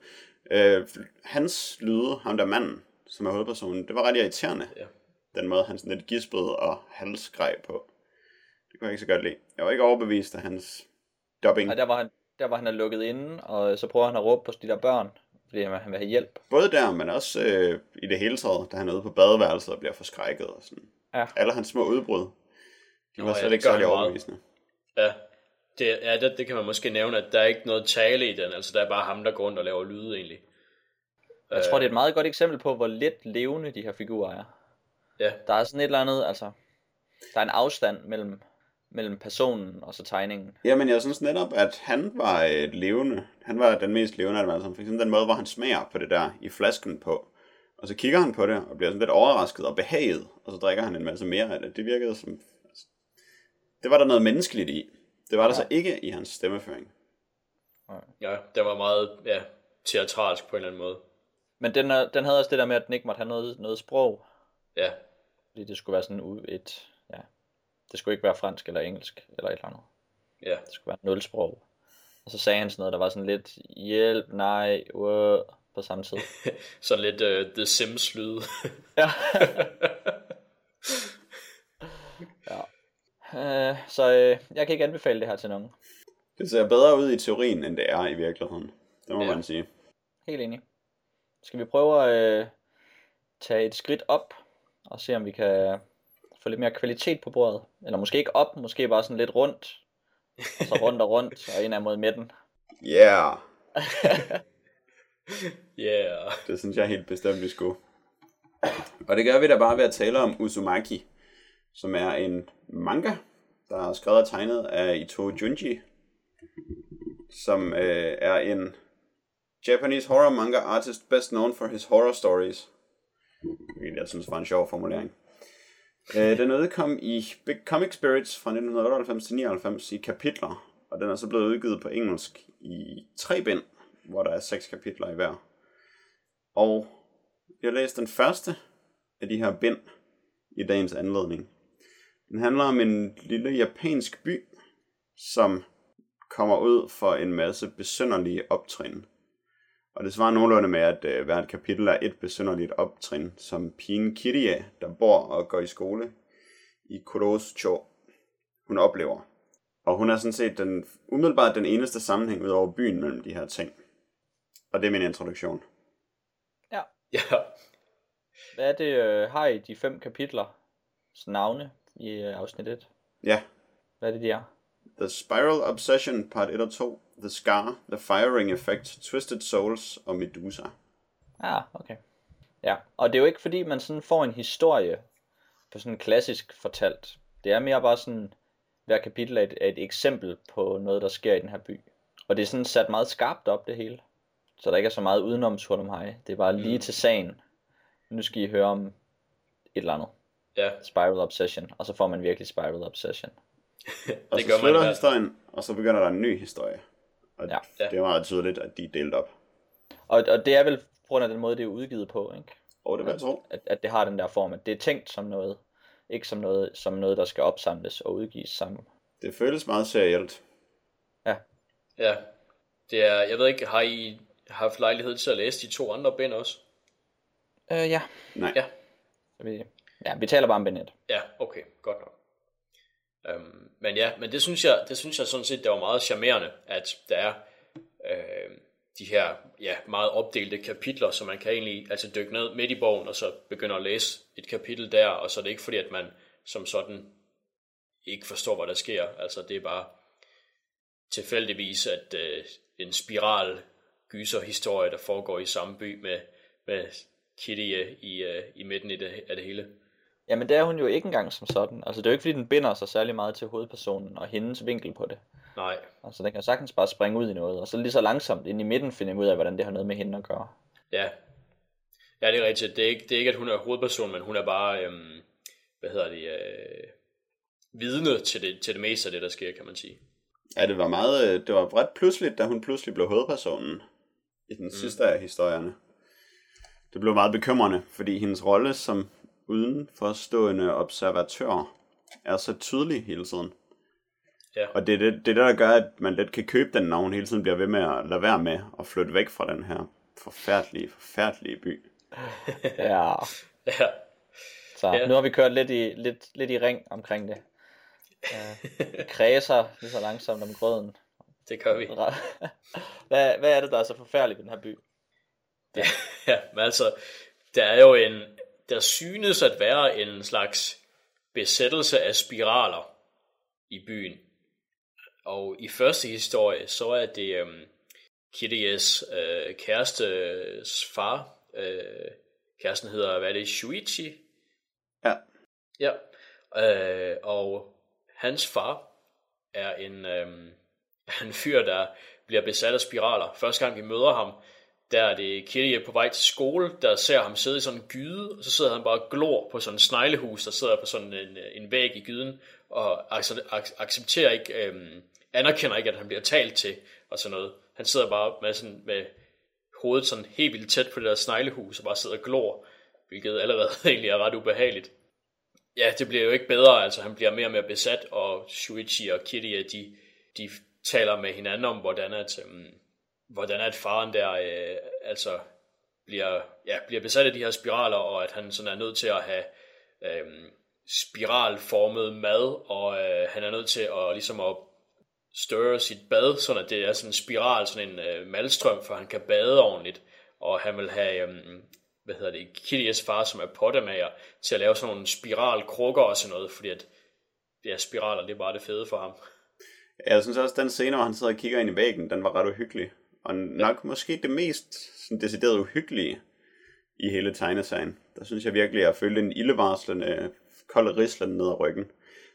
Hans lyde, ham der manden, som er hovedpersonen, det var ret irriterende. Ja. Den måde, han sådan lidt gispede og halsgrej på. Det kunne jeg ikke så godt lide. Jeg var ikke overbevist af hans dubbing. Og der var han lukket inde, og så prøver han at råbe på de der børn, fordi han vil have hjælp. Både der, men også i det hele taget, da han er ude på badeværelset og bliver forskrækket og sådan. Ja. Alle hans små udbrud, de var slet ikke gør særlig han meget. overbevisende. Ja. Det kan man måske nævne, at der er ikke noget tale i den. Altså der er bare ham, der går rundt og laver lyde egentlig. Jeg tror, det er et meget godt eksempel på, hvor lidt levende de her figurer er. Ja. Der er sådan et eller andet, altså, der er en afstand mellem personen og så tegningen. Jamen, jeg synes netop, at han var levende. Han var den mest levende af dem alle sammen. For eksempel den måde, hvor han smager på det der i flasken på. Og så kigger han på det og bliver sådan lidt overrasket og behaget. Og så drikker han en masse mere af det. Det virkede som... Altså, det var der noget menneskeligt i. Det var der så ikke i hans stemmeføring. Ja, det var meget teatralsk på en eller anden måde. Men den havde også det der med, at den ikke måtte have noget sprog. Ja. Fordi det skulle være sådan det skulle ikke være fransk eller engelsk eller et eller andet. Ja. Det skulle være nulsprog. Og så sagde han sådan noget, der var sådan lidt hjælp, nej, på samme tid. Sådan lidt The Sims lyd. Ja. Så jeg kan ikke anbefale det her til nogen. Det ser bedre ud i teorien, end det er i virkeligheden. Det må man sige. Helt enig. Skal vi prøve at tage et skridt op og se, om vi kan få lidt mere kvalitet på bordet? Eller måske ikke op, måske bare sådan lidt rundt. Og så rundt og rundt, og ind ad mod midten. Yeah. Yeah. Det synes jeg helt bestemt, vi skulle. Og det gør vi da bare ved at tale om Uzumaki, som er en manga, der er skrevet og tegnet af Ito Junji, som er en Japanese horror manga artist best known for his horror stories. Jeg synes, det var en sjov formulering. Den udkom i Big Comic Spirits fra 1998 til 99 i kapitler, og den er så blevet udgivet på engelsk i 3 bind, hvor der er 6 kapitler i hver. Og jeg har læst den første af de her bind i dagens anledning. Den handler om en lille japansk by, som kommer ud for en masse besynderlige optrin. Og det svarer nogenlunde med, at hvert kapitel er et besynderligt optrin, som pigen Kirie, der bor og går i skole i Kurosu-cho, hun oplever. Og hun er sådan set umiddelbart den eneste sammenhæng ud over byen mellem de her ting. Og det er min introduktion. Ja. Ja. Hvad er det, har I de 5 kapitler navne i afsnit 1? Ja. Hvad er det, de er? The Spiral Obsession, part 1 og 2. The Scar, The Firing Effect, Twisted Souls og Medusa. Ah, okay. Ja, og det er jo ikke fordi, man sådan får en historie på sådan klassisk fortalt. Det er mere bare sådan, hver kapitel er et eksempel på noget, der sker i den her by. Og det er sådan sat meget skarpt op, det hele. Så der ikke er så meget udenom hej. Det er bare lige til sagen. Nu skal I høre om et eller andet. Ja. Spiral Obsession. Og så får man virkelig Spiral Obsession. Og så slutter historien, og så begynder der en ny historie. Og ja. Det er meget tydeligt, at de er delt op. Og det er vel på grund af den måde, det er udgivet på, ikke? Og det vil jeg tro. At det har den der form, at det er tænkt som noget, ikke som noget, der skal opsamles og udgives sammen. Det føles meget serielt. Ja. Ja. Det er, jeg ved ikke, har I haft lejlighed til at læse de 2 andre bind også? Ja. Nej. Ja. Vi taler bare om bind 1. Ja, okay, godt nok. Men det synes jeg sådan set, det var meget charmerende, at der er de her meget opdelte kapitler, så man kan egentlig altså dykke ned midt i bogen, og så begynde at læse et kapitel der, og så er det ikke fordi, at man som sådan ikke forstår, hvad der sker. Altså det er bare tilfældigvis, at en spiral gyserhistorie, der foregår i samme by med Kitty i midten af det hele. Jamen det er hun jo ikke engang som sådan. Altså det er jo ikke fordi den binder sig særlig meget til hovedpersonen og hendes vinkel på det. Nej. Altså den kan sagtens bare springe ud i noget, og så lige så langsomt ind i midten finde ud af, hvordan det har noget med hende at gøre. Ja. Ja, det er rigtigt. Det er ikke at hun er hovedperson, men hun er bare vidne til det meste af det, der sker, kan man sige. Ja, det var ret pludseligt, da hun pludselig blev hovedpersonen i den sidste af historierne. Det blev meget bekymrende, fordi hendes rolle som udenforstående observatør er så tydelig hele tiden. Ja. Og det er det, der gør, at man let kan købe den, når hun hele tiden bliver ved med at lade være med at flytte væk fra den her forfærdelige by. Ja. Ja. Så nu har vi kørt lidt i ring omkring det. Kredser lige så langsomt om grøden. Det gør vi. Hvad er det, der er så forfærdeligt ved den her by? Ja, men altså, der er jo der synes at være en slags besættelse af spiraler i byen. Og i første historie, så er det Kiries kærestes far. Kæresten hedder, Shuichi? Ja. Ja. Og hans far er en fyr, der bliver besat af spiraler. Første gang vi møder ham, der er det Kirie på vej til skole, der ser ham sidde i sådan en gyde, og så sidder han bare og glor på sådan en sneglehus, der sidder på sådan en væg i gyden, og accepterer ikke, anerkender ikke, at han bliver talt til, og sådan noget. Han sidder bare med hovedet sådan helt vildt tæt på det der sneglehus, og bare sidder og glor, hvilket allerede egentlig er ret ubehageligt. Ja, det bliver jo ikke bedre, altså han bliver mere og mere besat, og Shuichi og Kirie, de taler med hinanden om, hvordan at faren der bliver besat af de her spiraler, og at han sådan er nødt til at have spiralformet mad, og han er nødt til at større sit bad, sådan at det er sådan en spiral, sådan en malstrøm, for han kan bade ordentligt, og han vil have Kiries far, som er pottemager, til at lave sådan nogle spiralkrukker og sådan noget, fordi at spiraler, det er bare det fede for ham. Jeg synes også, den scene, hvor han sidder og kigger ind i væggen, den var ret uhyggelig. Og nok måske det mest sådan decideret uhyggelige i hele tegneserien. Der synes jeg virkelig, at jeg følte en ildevarslende kold rislen ned ad ryggen.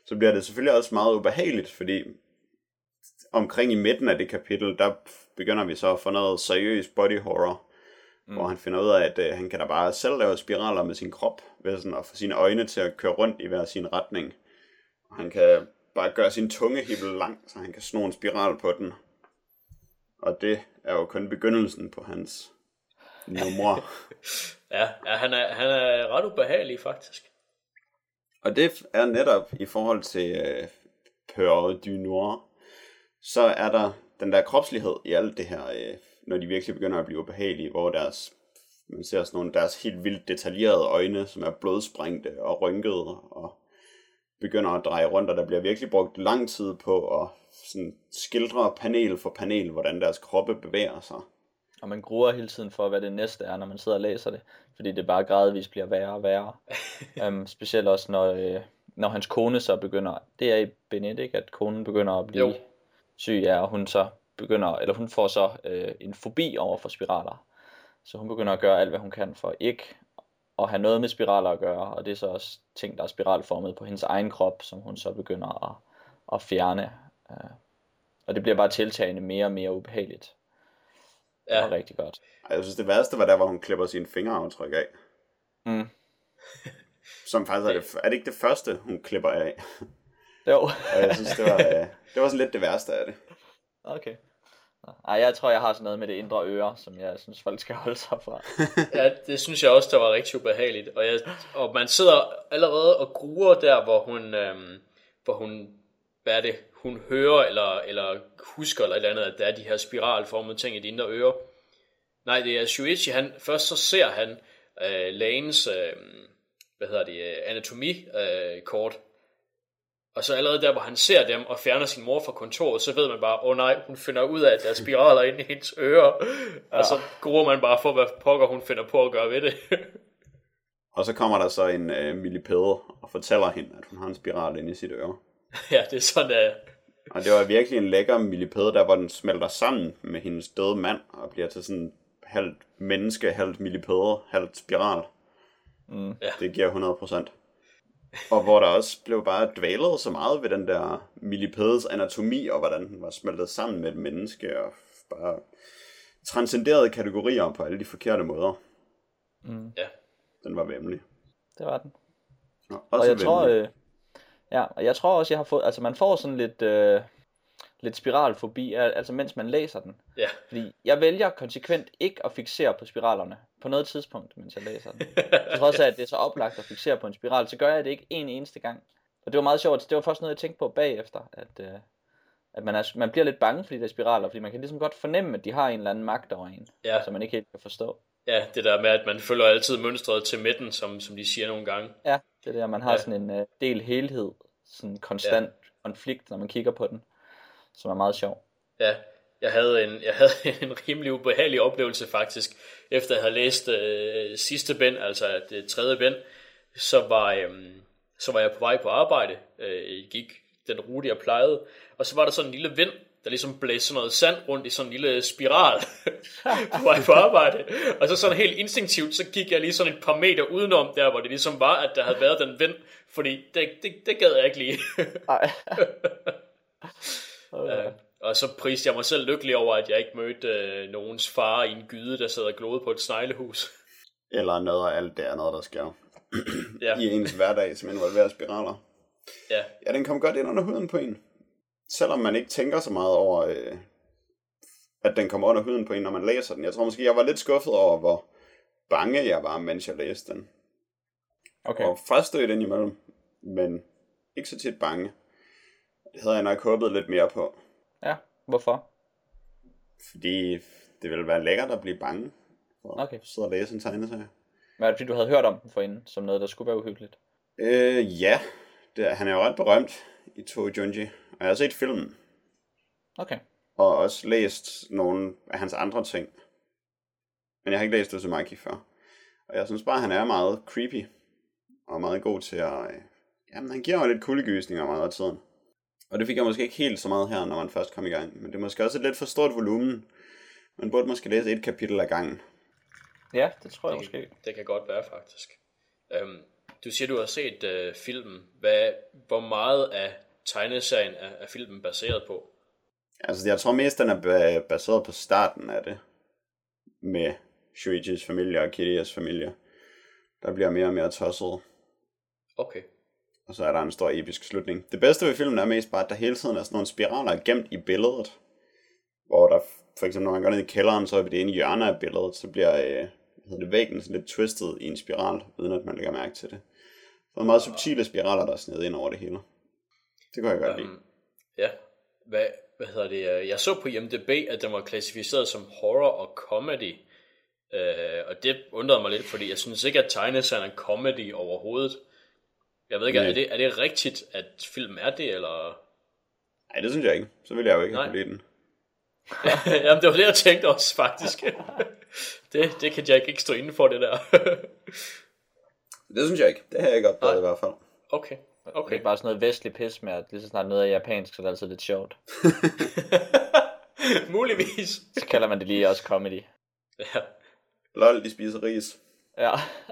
så bliver det selvfølgelig også meget ubehageligt, fordi omkring i midten af det kapitel, der begynder vi så at få noget seriøs body horror, hvor han finder ud af, at han kan da bare selv lave spiraler med sin krop, ved sådan at få sine øjne til at køre rundt i hver sin retning. Og han kan bare gøre sin tungehibbel lang, så han kan sno en spiral på den. Og det er jo kun begyndelsen på hans numre. Ja, han er ret ubehagelig faktisk. Og det er netop i forhold til Peur du Noir, så er der den der kropslighed i alt det her, når de virkelig begynder at blive ubehagelige, hvor man ser sådan nogle deres helt vildt detaljerede øjne, som er blodsprængte og rynkede, og begynder at dreje rundt, og der bliver virkelig brugt lang tid på at sådan skildre panel for panel, hvordan deres kroppe bevæger sig. Og man gruer hele tiden for, hvad det næste er, når man sidder og læser det, fordi det bare gradvist bliver værre og værre. Specielt også, når hans kone så begynder, det er i Benedict, at konen begynder at blive syg, og hun så hun får så en fobi over for spiraler. Så hun begynder at gøre alt, hvad hun kan for ikke at have noget med spiraler at gøre, og det er så også ting, der er spiralformet på hendes egen krop, som hun så begynder at fjerne. Og det bliver bare tiltagende mere og mere ubehageligt. Ja. Det var rigtig godt. Jeg synes, det værste var der, hvor hun klipper sine fingeraftryk af. Som faktisk er det ikke det første, hun klipper af? Jo. Og jeg synes, det var sådan lidt det værste af det. Okay. Ej, jeg tror, jeg har sådan noget med det indre øre, som jeg synes, folk skal holde sig fra. Ja, det synes jeg også, der var rigtig ubehageligt. Og man sidder allerede og gruer der, hvor hun hvad er det, hun hører eller husker eller et eller andet, at der er de her spiralformede ting i det indre øre. Nej, det er Shuichi, først så ser han lægens anatomikort, og så allerede der, hvor han ser dem og fjerner sin mor fra kontoret, så ved man bare, nej, hun finder ud af, at der er spiraler inde i hendes ører, og så gruer man bare for, hvad pokker hun finder på at gøre ved det. Og så kommer der så en millipede og fortæller hende, at hun har en spiral inde i sit øre. Ja, det er sådan, det er. Og det var virkelig en lækker millipede, der hvor den smelter sammen med hendes døde mand, og bliver til sådan halvt menneske, halvt millipede, halvt spiral. Ja. Det giver 100%. Og hvor der også blev bare dvælet så meget ved den der millipedes anatomi, og hvordan den var smeltet sammen med et menneske, og bare transcenderede kategorier på alle de forkerte måder. Ja. Den var væmmelig. Det var den. Og jeg tror, og jeg tror også, jeg har fået, altså man får sådan lidt spiralfobi, altså mens man læser den. Ja. Fordi jeg vælger konsekvent ikke at fixere på spiralerne på noget tidspunkt, mens jeg læser den. Så trods af, at det er så oplagt at fixere på en spiral, så gør jeg det ikke en eneste gang. Og det var meget sjovt, det var først noget, jeg tænkte på bagefter, at man bliver lidt bange, fordi det er spiraler, fordi man kan ligesom godt fornemme, at de har en eller anden magt over en, som man ikke helt kan forstå. Ja, det der med, at man følger altid mønstret til midten, som de siger nogle gange. Ja, det der, man har sådan en del helhed, sådan en konstant konflikt, når man kigger på den, som er meget sjov. Ja, jeg havde en rimelig ubehagelig oplevelse faktisk, efter jeg havde læst sidste bind, altså det tredje bind, så var jeg på vej på arbejde, gik den rute, jeg plejede, og så var der sådan en lille vind, der ligesom blæste sådan noget sand rundt i sådan en lille spiral på vej på arbejde. Og så sådan helt instinktivt, så gik jeg lige sådan et par meter udenom der, hvor det ligesom var, at der havde været den vind, fordi det gad jeg ikke lige. Og så priste jeg mig selv lykkelig over, at jeg ikke mødte nogens far i en gyde, der sad og glodede på et sneglehus. Eller noget af alt det andet, der sker i ens hverdag, som involverer spiraler. Ja, den kom godt ind under huden på en. Selvom man ikke tænker så meget over, at den kommer under huden på en, når man læser den. Jeg tror måske, jeg var lidt skuffet over, hvor bange jeg var, mens jeg læste den. Okay. Og frastødt ind imellem, men ikke så tit bange. Det havde jeg nok håbet lidt mere på. Ja, hvorfor? Fordi det ville være lækkert at blive bange for at sidde og læse en tegneserie. Men er det fordi, du havde hørt om den forinden, som noget, der skulle være uhyggeligt? Ja. Han er jo ret berømt i Toru Junji. Og jeg har set filmen. Okay. Og også læst nogle af hans andre ting. Men jeg har ikke læst Uzumaki før. Og jeg synes bare, han er meget creepy. Og meget god til at... Jamen, han giver mig lidt kuldegysninger meget af tiden. Og det fik jeg måske ikke helt så meget her, når man først kom i gang. Men det er måske også et lidt for stort volumen. Man burde måske læse et kapitel ad gangen. Ja, det tror jeg måske. Det kan godt være, faktisk. Du siger, du har set filmen. Hvor meget af tegneserien er filmen baseret på? Altså, jeg tror mest, den er baseret på starten af det. Med Shuichis familie og Kirias familie. Der bliver mere og mere tosset. Okay. Og så er der en stor episk slutning. Det bedste ved filmen er mest bare, at der hele tiden er sådan nogle spiraler gemt i billedet. Hvor der for eksempel, når man går ned i kælderen, så er det ene hjørne af billedet, så bliver væggen sådan lidt twistet i en spiral, uden at man lægger mærke til det. Så er meget subtile spiraler, der er snedet ind over det hele. Det kan jeg godt lide. Ja. Hvad hedder det? Jeg så på IMDb, at den var klassificeret som horror og comedy. Og det undrede mig lidt, fordi jeg synes ikke, at tegneserien er comedy overhovedet. Jeg ved ikke, er det rigtigt, at filmen er det, eller? Nej, det synes jeg ikke. Så vil jeg jo ikke have lide den. Jamen, det var det, jeg tænkte også, faktisk. det kan Jack ikke stå inden for, det der. Det synes jeg ikke. Det har jeg ikke opdaget i hvert fald. Okay. Det er bare sådan noget vestlig pis med, at lige så snart noget er japansk, så er det altid lidt sjovt. Muligvis. Så kalder man det lige også comedy. Ja. Lol, de spiser ris. Ja.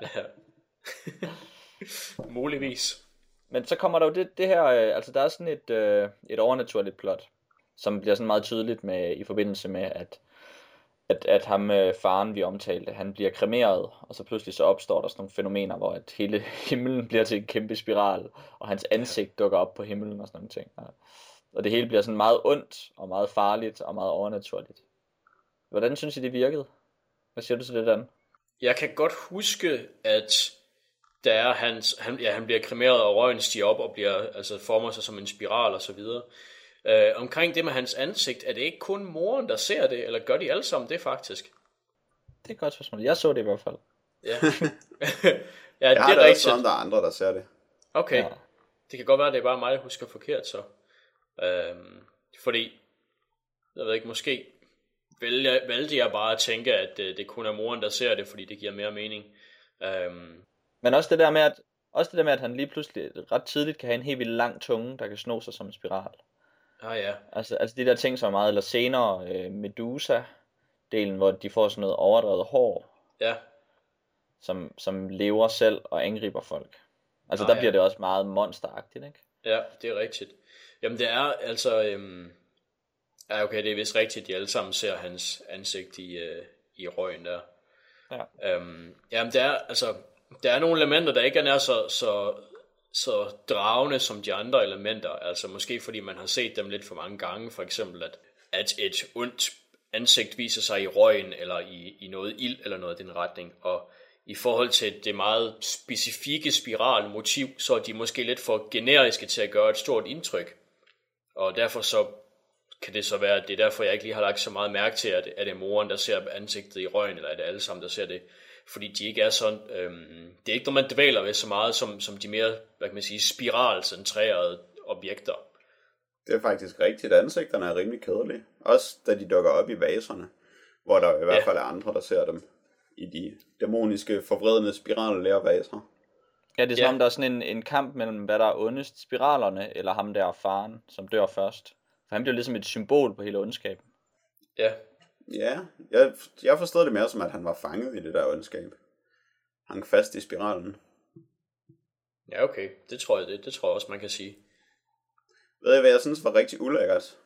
Muligvis. Men så kommer der jo det her, altså der er sådan et overnaturligt plot, som bliver sådan meget tydeligt med i forbindelse med, at ham faren, vi omtalte, han bliver kremeret, og så pludselig så opstår der sådan nogle fænomener, hvor at hele himlen bliver til en kæmpe spiral, og hans ansigt dukker op på himlen og sådan nogle ting. Og det hele bliver sådan meget ondt, og meget farligt, og meget overnaturligt. Hvordan synes I, det virkede? Hvad siger du til det, Dan? Jeg kan godt huske, at der han bliver kremeret, og røgen stiger op, og former sig som en spiral og så videre. Omkring det med hans ansigt, er det ikke kun moren, der ser det, eller gør de alle sammen det faktisk? Det er et godt spørgsmål. Jeg så det i hvert fald. Ja, ja, det er rigtigt. Der er andre, der ser det. Okay, ja. Det kan godt være, at det er bare mig, der husker forkert så. Fordi, jeg ved ikke, måske valgte jeg bare at tænke, at det kun er moren, der ser det, fordi det giver mere mening. Men også det der med, at han lige pludselig ret tidligt kan have en helt vildt lang tunge, der kan sno sig som en spiral. Ja. Altså de der ting, som er meget, eller senere Medusa-delen, hvor de får sådan noget overdrevet hår, ja. som lever selv og angriber folk. Altså der bliver det også meget monsteragtigt, ikke? Ja, det er rigtigt. Jamen det er altså, okay, det er vist rigtigt, de alle sammen ser hans ansigt i røgen der. Ja. Jamen der er nogle elementer, der ikke er så dragende som de andre elementer, altså måske fordi man har set dem lidt for mange gange, for eksempel at et ondt ansigt viser sig i røgen, eller i noget ild, eller noget i den retning, og i forhold til det meget specifikke spiralmotiv, så er de måske lidt for generiske til at gøre et stort indtryk, og derfor så kan det så være, at det er derfor, jeg ikke lige har lagt så meget mærke til, at er det moren, der ser ansigtet i røgen, eller er det alle sammen, der ser det, fordi de ikke er sådan, det er ikke noget, man dvæler ved så meget, som de mere, hvad kan man sige, spiralcentrerede objekter. Det er faktisk rigtigt, at ansigterne er rimelig kedelige. Også da de dukker op i vaserne, hvor der i hvert fald er andre, der ser dem i de dæmoniske, forvredende spirallervaser. Ja, det er som om der er sådan en kamp mellem, hvad der er ondest, spiralerne, eller ham der faren, som dør først. For han bliver ligesom et symbol på hele ondskaben. Ja. Ja, jeg forstod det mere som, at han var fanget i det der ondskab. Hang fast i spiralen. Ja, okay. Det tror jeg også, man kan sige. Ved I, hvad jeg synes var rigtig ulækkert?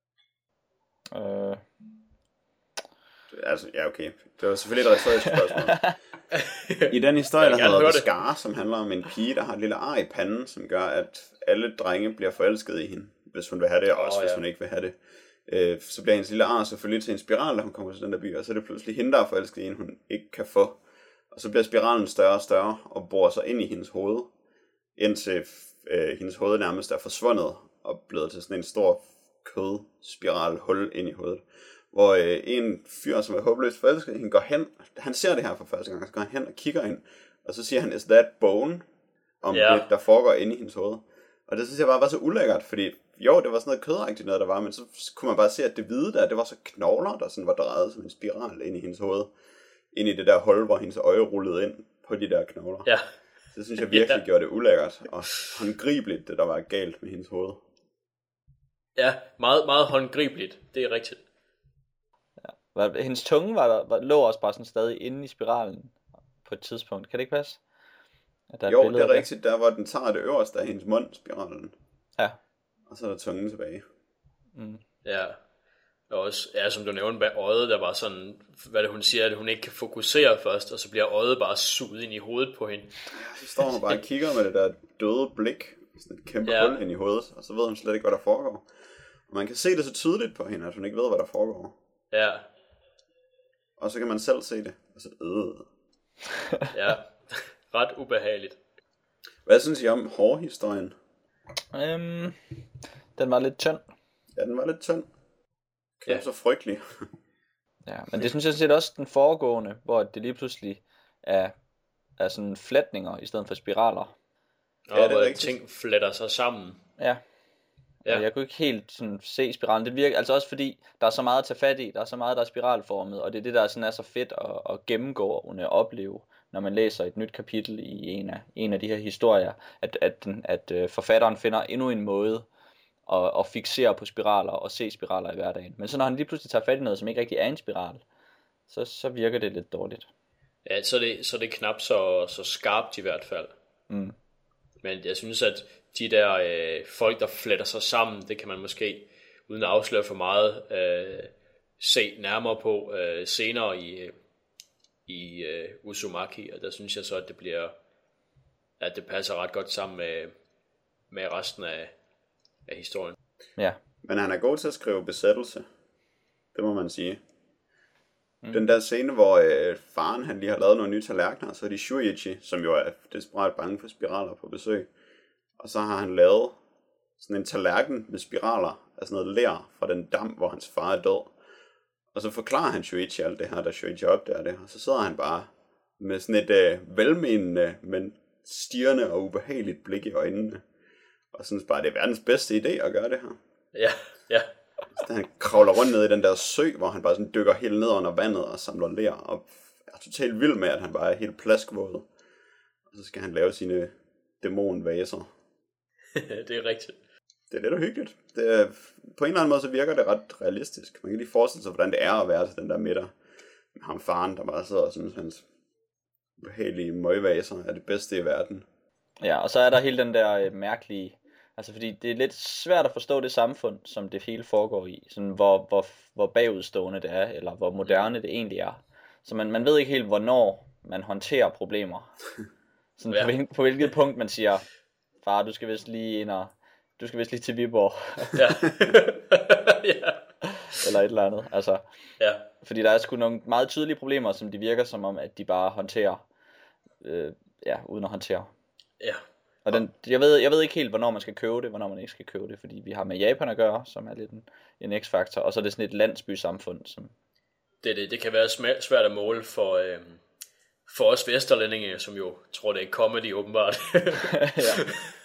Altså, ja, okay. Det var selvfølgelig et retorisk spørgsmål. I den historie, der hedder The Scar, som handler om en pige, der har et lille ar i panden, som gør, at alle drenge bliver forelsket i hende, hvis hun vil have det, og også hvis hun ikke vil have det. Så bliver hendes lille ar selvfølgelig til en spiral, da hun kommer til den der by, og så er det pludselig hende, der er forelsket i en, hun ikke kan få. Og så bliver spiralen større og større, og borer sig ind i hendes hoved, indtil hendes hoved nærmest er forsvundet, og blevet til sådan en stor kødspiral hul ind i hovedet. Hvor en fyr, som er håbløst forelsket, han går hen, han ser det her for første gang, så går han hen og kigger ind, og så siger han, is that bone? Om det, der foregår inde i hendes hoved. Og det synes jeg bare var så ulækkert, fordi jo, det var sådan noget kødagtigt noget, der var, men så kunne man bare se, at det hvide der, det var så knogler, der sådan var drejet som en spiral ind i hendes hoved. Ind i det der hul, hvor hendes øje rullede ind på de der knogler. Ja. Det synes jeg virkelig gjorde det ulækkert, og håndgribeligt, det der var galt med hendes hoved. Ja, meget, meget håndgribeligt, det er rigtigt. Ja. Hendes tunge lå også bare sådan stadig inde i spiralen på et tidspunkt, kan det ikke passe? At der er et Jo, billede det er af rigtigt. Der hvor den tager det øverste af hendes mund, spiralen. Ja. Og så er der tungen tilbage. Ja. Og også, ja, som du nævnte med øjet, der var sådan, hvad det hun siger, at hun ikke kan fokusere først, og så bliver øjet bare suget ind i hovedet på hende. Så står hun bare og kigger med det der døde blik, sådan et kæmpe hul ind i hovedet, og så ved hun slet ikke, hvad der foregår. Og man kan se det så tydeligt på hende, at hun ikke ved, hvad der foregår. Ja. Og så kan man selv se det, og så Ja, ret ubehageligt. Hvad synes I om hårhistorien? Den var lidt tynd. Ja, den var lidt tynd. Knap så frygtelig. Ja, men det synes jeg set også den foregående, hvor det lige pludselig er sådan flætninger i stedet for spiraler. Og hvor ting fletter sig sammen. Ja. Og jeg kunne ikke helt sådan se spiralen. Det virker altså også fordi der er så meget at tage fat i, der er så meget der er spiralformet, og det er det der sådan er så fedt at gennemgå og opleve, når man læser et nyt kapitel i en af de her historier, at forfatteren finder endnu en måde at fixere på spiraler og se spiraler i hverdagen. Men så når han lige pludselig tager fat i noget, som ikke rigtig er en spiral, så virker det lidt dårligt. Ja, så er det knap så skarpt i hvert fald. Men jeg synes, at de der folk, der fletter sig sammen, det kan man måske, uden at afsløre for meget, se nærmere på senere i Uzumaki, og der synes jeg så, at det passer ret godt sammen med resten af historien. Ja. Men han er god til at skrive besættelse. Det må man sige. Den der scene, hvor faren han lige har lavet nogle nye tallerkener, så er de Shuichi, som jo er desperat bange for spiraler på besøg. Og så har han lavet sådan en tallerken med spiraler, altså noget ler fra den dam, hvor hans far er død. Og så forklarer han Shuichi alt det her, da Shuichi opdager det. Og så sidder han bare med sådan et velmenende, men stirrende og ubehageligt blik i øjnene. Og synes bare, det er verdens bedste idé at gøre det her. Ja. Så han kravler rundt ned i den der sø, hvor han bare sådan dykker helt ned under vandet og samler ler. Og er totalt vild med, at han bare er helt plaskvåd. Og så skal han lave sine dæmonvaser. Det er rigtigt. Det er lidt uhyggeligt. På en eller anden måde så virker det ret realistisk. Man kan lige forestille sig, hvordan det er at være til den der middag med ham faren, der bare sidder og synes, hans ubehagelige møgvaser er det bedste i verden. Ja, og så er der hele den der mærkelige, altså fordi det er lidt svært at forstå det samfund, som det hele foregår i, sådan hvor bagudstående det er, eller hvor moderne det egentlig er. Så man ved ikke helt, hvornår man håndterer problemer. Sådan på hvilket punkt man siger, far, du skal vist lige til Viborg. Ja. Eller et eller andet. Altså, ja. Fordi der er sgu nogle meget tydelige problemer, som de virker som om, at de bare håndterer, uden at håndtere. Ja. Og jeg ved ikke helt, hvornår man skal købe det, hvornår man ikke skal købe det, fordi vi har med Japan at gøre, som er lidt en x-faktor, og så er det sådan et landsbysamfund, som... Det kan være svært at måle for os vesterlændinge, som jo tror, det er comedy åbenbart. Ja.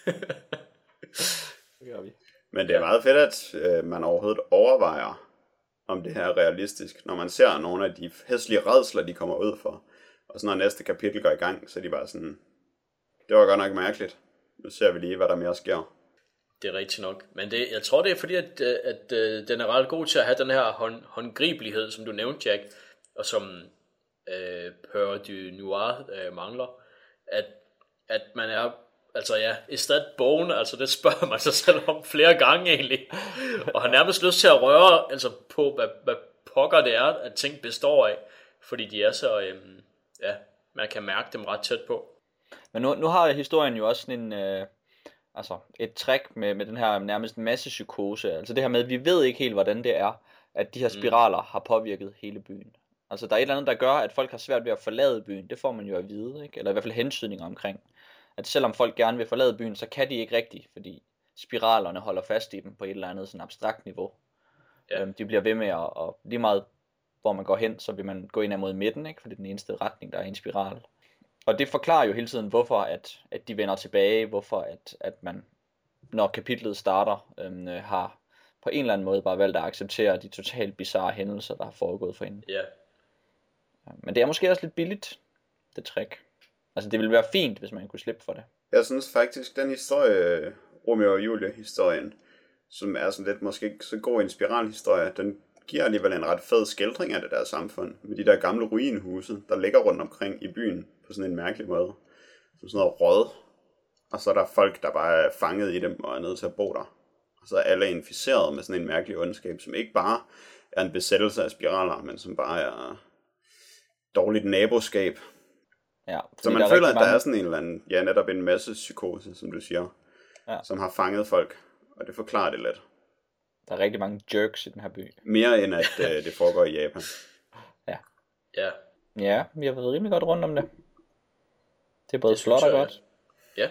Det gør vi. Men det er meget fedt, at man overhovedet overvejer, om det her er realistisk, når man ser nogle af de hæslige rædsler, de kommer ud for. Og så når næste kapitel går i gang, så er de bare sådan, det var godt nok mærkeligt. Nu ser vi lige, hvad der mere sker. Det er rigtigt nok. Men jeg tror, det er fordi, at den er ret god til at have den her håndgribelighed, som du nævnte, Jack, og som Peur du Noir mangler. At man er, altså ja, i stedet bogen, altså det spørger man sig selv om flere gange egentlig. Og har nærmest lyst til at røre altså på, hvad pokker det er, at ting består af. Fordi de er så, man kan mærke dem ret tæt på. Men nu har historien jo også sådan et trick med den her nærmest massepsykose. Altså det her med, at vi ved ikke helt, hvordan det er, at de her spiraler har påvirket hele byen. Altså der er et eller andet, der gør, at folk har svært ved at forlade byen. Det får man jo at vide, ikke? Eller i hvert fald hentydninger omkring. At selvom folk gerne vil forlade byen, så kan de ikke rigtigt, fordi spiralerne holder fast i dem på et eller andet sådan abstrakt niveau. Ja. De bliver ved med at lige meget, hvor man går hen, så vil man gå ind mod midten, ikke? For det er den eneste retning, der er en spiral. Og det forklarer jo hele tiden, hvorfor at de vender tilbage, hvorfor at man, når kapitlet starter, har på en eller anden måde bare valgt at acceptere de totalt bizarre hændelser, der har foregået for hende. Ja. Men det er måske også lidt billigt, det trick. Altså det ville være fint, hvis man kunne slippe for det. Jeg synes faktisk, den historie, Romeo og Julie-historien, som er sådan lidt måske ikke så god en spiralhistorie, den giver alligevel en ret fed skildring af det der samfund, med de der gamle ruinhuse, der ligger rundt omkring i byen, på sådan en mærkelig måde. som sådan noget råd. Og så er der folk, der bare er fanget i dem og er nødt til at bo der. Og så er alle inficeret med sådan en mærkelig ondskab, som ikke bare er en besættelse af spiraler, men som bare er dårligt naboskab. Ja, så man føler, at der er sådan en eller anden, ja, netop en masse psykose, som du siger, som har fanget folk. Og det forklarer det lidt. Der er rigtig mange jerks i den her by. Mere end at det foregår i Japan. Ja, vi har været rimelig godt rundt om det. Det er både flot og godt. Ja.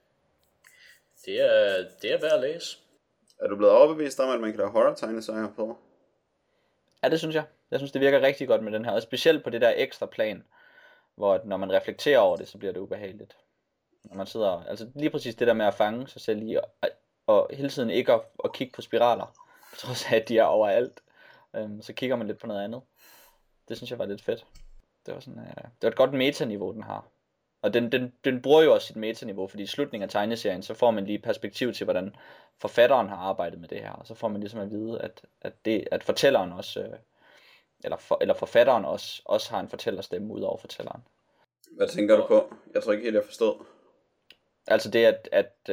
Det er værd at læse. Er du blevet overbevist om, at man kan lave horror-tegneserier på? Ja, det synes jeg. Jeg synes, det virker rigtig godt med den her. Og specielt på det der ekstra plan, hvor når man reflekterer over det, så bliver det ubehageligt. Når man sidder, altså lige præcis det der med at fange sig selv i, og hele tiden ikke at kigge på spiraler, på trods af, at de er overalt. Så kigger man lidt på noget andet. Det synes jeg var lidt fedt. Det var sådan, det var et godt metaniveau, den har. Og den bruger jo også sit metaniveau, fordi i slutningen af tegneserien, så får man lige perspektiv til, hvordan forfatteren har arbejdet med det her. Og så får man ligesom at vide, at fortælleren også, eller forfatteren også har en fortællerstemme ud over fortælleren. Hvad tænker du på? Jeg tror ikke helt, jeg forstod. Altså det,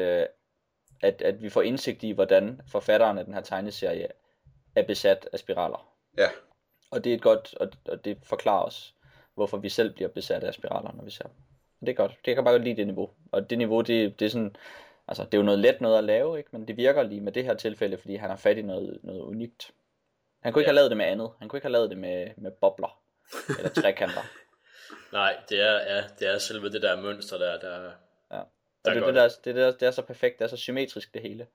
at vi får indsigt i, hvordan forfatteren af den her tegneserie er besat af spiraler. Ja. Og det er et godt, og det forklarer os, hvorfor vi selv bliver besat af spiraler, når vi ser dem. Det er godt. Det kan bare godt lide det niveau. Og det niveau, det er sådan, altså det er jo noget let noget at lave, ikke? Men det virker lige med det her tilfælde, fordi han har fat i noget unikt. Han kunne ikke have lavet det med andet. Han kunne ikke have lavet det med bobler eller trekanter. Nej, det er selve det der mønster der. Ja. Og det er så perfekt, det er så symmetrisk det hele.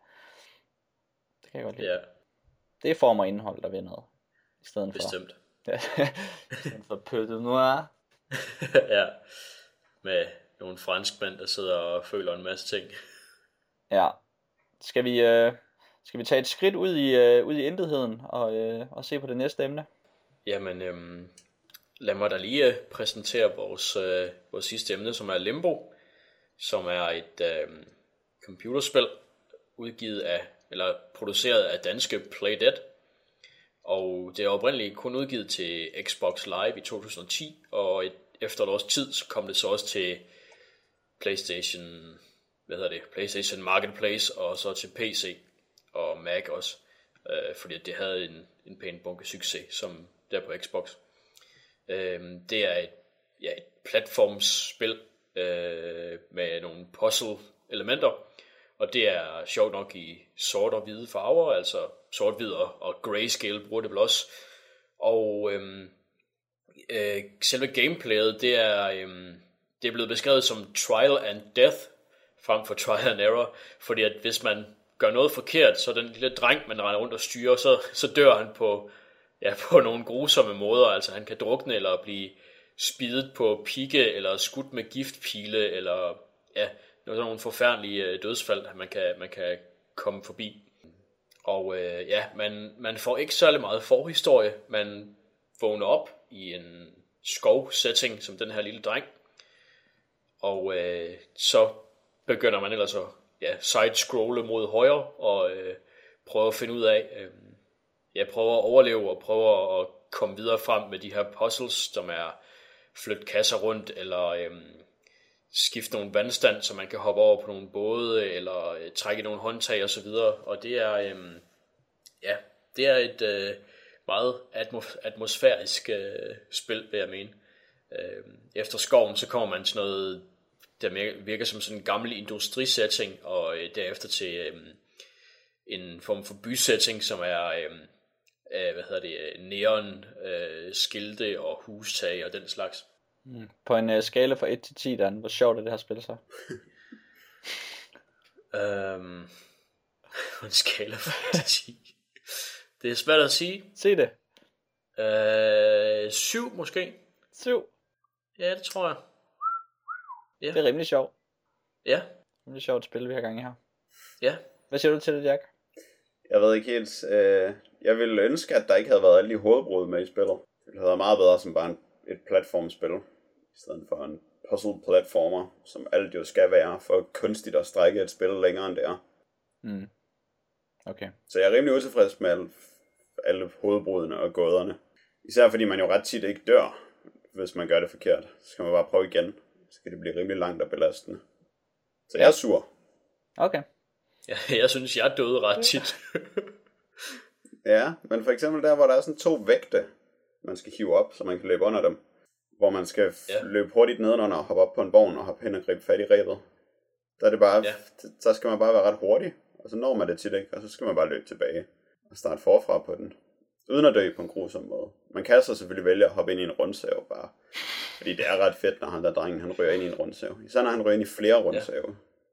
Det kan jeg godt lide. Ja. Det er form og indhold, der vil noget. I stedet for. Bestemt. I stedet for pølse noir. Ja. Med nogle franskmænd, der sidder og føler en masse ting. Ja. Skal vi tage et skridt ud i intetheden og se på det næste emne? Jamen, lad mig da lige præsentere vores sidste emne, som er Limbo, som er et computerspil udgivet af, eller produceret af danske Playdead. Og det er oprindeligt kun udgivet til Xbox Live i 2010, og efter et års tid, så kom det så også til PlayStation Marketplace, og så til PC og Mac også, fordi det havde en pæn bunke succes, som der på Xbox. Det er et platformspil med nogle puzzle-elementer, og det er sjovt nok i sort og hvide farver, altså sort-hvid og grayscale bruger det vel også. Og selve gameplayet, det er blevet beskrevet som trial and death frem for trial and error, fordi at hvis man gør noget forkert, så den lille dreng, man render rundt og styrer, så dør han på nogle grusomme måder. Altså han kan drukne eller blive spidet på pigge eller skudt med giftpile, eller nogle forfærdelige dødsfald, man kan komme forbi. Og man får ikke særlig meget forhistorie. Man vågner op i en skovsetting som den her lille dreng, og så begynder man ellers at side-scrolle mod højre og prøve at finde ud af, prøve at overleve og prøve at komme videre frem med de her puzzles, som er flytte kasser rundt, eller skifte nogle vandstand, så man kan hoppe over på nogle både, eller trække nogle håndtag og så videre. Og det er det er et meget atmosfærisk spil, vil jeg mene. Efter skoven, så kommer man til noget, der virker som sådan en gammel industrisetting, og derefter til en form for bysetting, som er neon skilte og hustag og den slags. På en skala fra 1 til 10, Dan, hvor sjovt er det her spil så? På en skala fra 1 til 10. Det er svært at sige. Se det. 7 måske. 7? Ja, det tror jeg. Ja. Det er rimelig sjovt. Ja. Rimelig sjovt spil, vi har gang i her. Ja. Hvad siger du til det, Jack? Jeg ved ikke helt. Jeg ville ønske, at der ikke havde været alle de hovedbrud med i spillet. Det havde været meget bedre som bare et platformspil, i stedet for en puzzle-platformer, som alt jo skal være, for kunstigt at strække et spil længere end det er. Okay. Så jeg er rimelig utilfreds med alle hovedbrudene og gåderne. Især fordi man jo ret tit ikke dør, hvis man gør det forkert. Så skal man bare prøve igen. så kan det blive rimelig langt og belastende. Så jeg er sur. Okay. Ja, jeg synes, jeg døde ret tit. Ja, men for eksempel der, hvor der er sådan 2 vægte, man skal hive op, så man kan løbe under dem. Hvor man skal løbe hurtigt nedenunder og hoppe op på en vogn og hoppe hen og gribe fat i rebet. Der er det bare, så skal man bare være ret hurtig, og så når man det tit ikke, og så skal man bare løbe tilbage og starte forfra på den. Uden at dø på en grusom måde. Man kan så selvfølgelig vælge at hoppe ind i en rundsav bare. Fordi det er ret fedt, når han der drengen, han ryger ind i en rundsav. Især når han ryger ind i flere rundsave.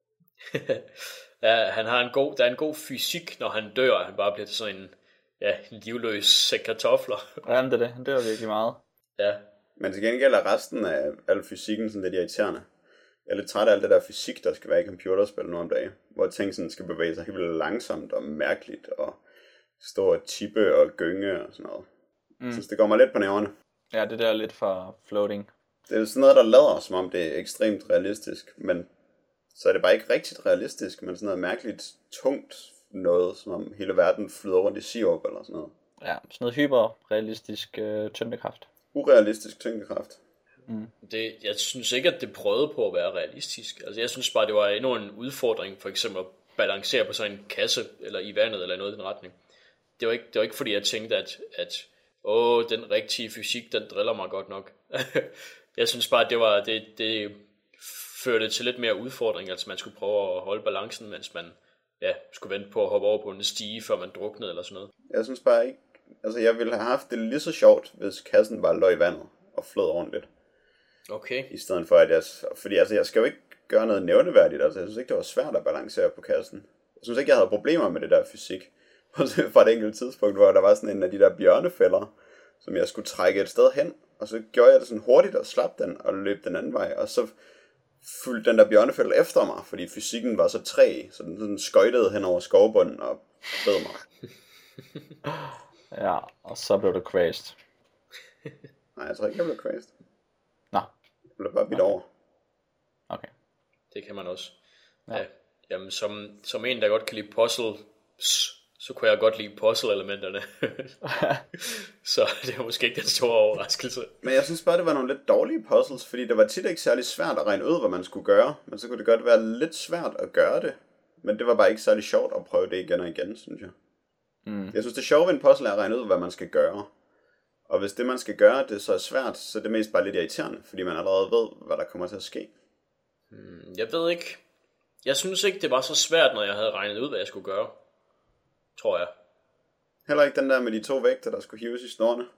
Ja, der er en god fysik, når han dør. Han bare bliver til sådan en livløs sæk kartofler. Jamen det er det. Han dør virkelig meget. Ja. Men til gengæld er resten af al fysikken sådan lidt irriterende. Jeg er lidt træt af alt det der fysik, der skal være i computerspil nu om dagen. Hvor ting sådan skal bevæge sig helt vildt langsomt og mærkeligt. Og stå og tippe og gynge og sådan noget. Jeg synes, det går mig lidt på nerverne. Ja, det der er lidt for floating. Det er sådan noget, der lader som om det er ekstremt realistisk. Men så er det bare ikke rigtig realistisk, men sådan noget mærkeligt tungt noget, som om hele verden flyder rundt i sirup eller sådan noget. Ja, sådan noget hyperrealistisk tyngdekraft. Urealistisk tyngdekraft. Jeg synes ikke, at det prøvede på at være realistisk. Altså, jeg synes bare, det var endnu en udfordring, for eksempel at balancere på sådan en kasse, eller i vandet, eller noget i den retning. Det var ikke fordi, jeg tænkte, at den rigtige fysik, den driller mig godt nok. Jeg synes bare, at det førte til lidt mere udfordring, altså man skulle prøve at holde balancen, mens man skulle vente på at hoppe over på en stige, før man druknede eller sådan noget. Jeg synes bare ikke, altså jeg ville have haft det lige så sjovt, hvis kassen bare lå i vandet og flød ordentligt. Okay. I stedet for at fordi altså jeg skal jo ikke gøre noget nævneværdigt, altså jeg synes ikke det var svært at balancere på kassen. Jeg synes ikke jeg havde problemer med det der fysik. Fra et enkelt tidspunkt, hvor der var sådan en af de der bjørnefælder, som jeg skulle trække et sted hen, og så gjorde jeg det sådan hurtigt og slap den og løb den anden vej, og så fulgte den der bjørnefælde efter mig, fordi fysikken var så træg, så den sådan skøjtede hen over skovbunden og bed mig. Ja, og så blev du crashed. Nej, jeg tror ikke, jeg blev crashed. Nå. Jeg blev bare bidt over. Okay. Det kan man også. Ja. Jamen, som en, der godt kan lide puzzles, så kunne jeg godt lide puzzle-elementerne. Så det var måske ikke den store overraskelse. Men jeg synes bare, det var nogle lidt dårlige puzzles, fordi det var tit ikke særlig svært at regne ud, hvad man skulle gøre. Men så kunne det godt være lidt svært at gøre det. Men det var bare ikke særlig sjovt at prøve det igen og igen, synes jeg. Jeg synes, det sjove ved en puzzle er at regne ud, hvad man skal gøre. Og hvis det, man skal gøre, det så er svært, så er det mest bare lidt irriterende, fordi man allerede ved, hvad der kommer til at ske. Jeg ved ikke. Jeg synes ikke, det var så svært, når jeg havde regnet ud, hvad jeg skulle gøre. Tror jeg. Heller ikke den der med de 2 vægte, der skulle hives i snorene.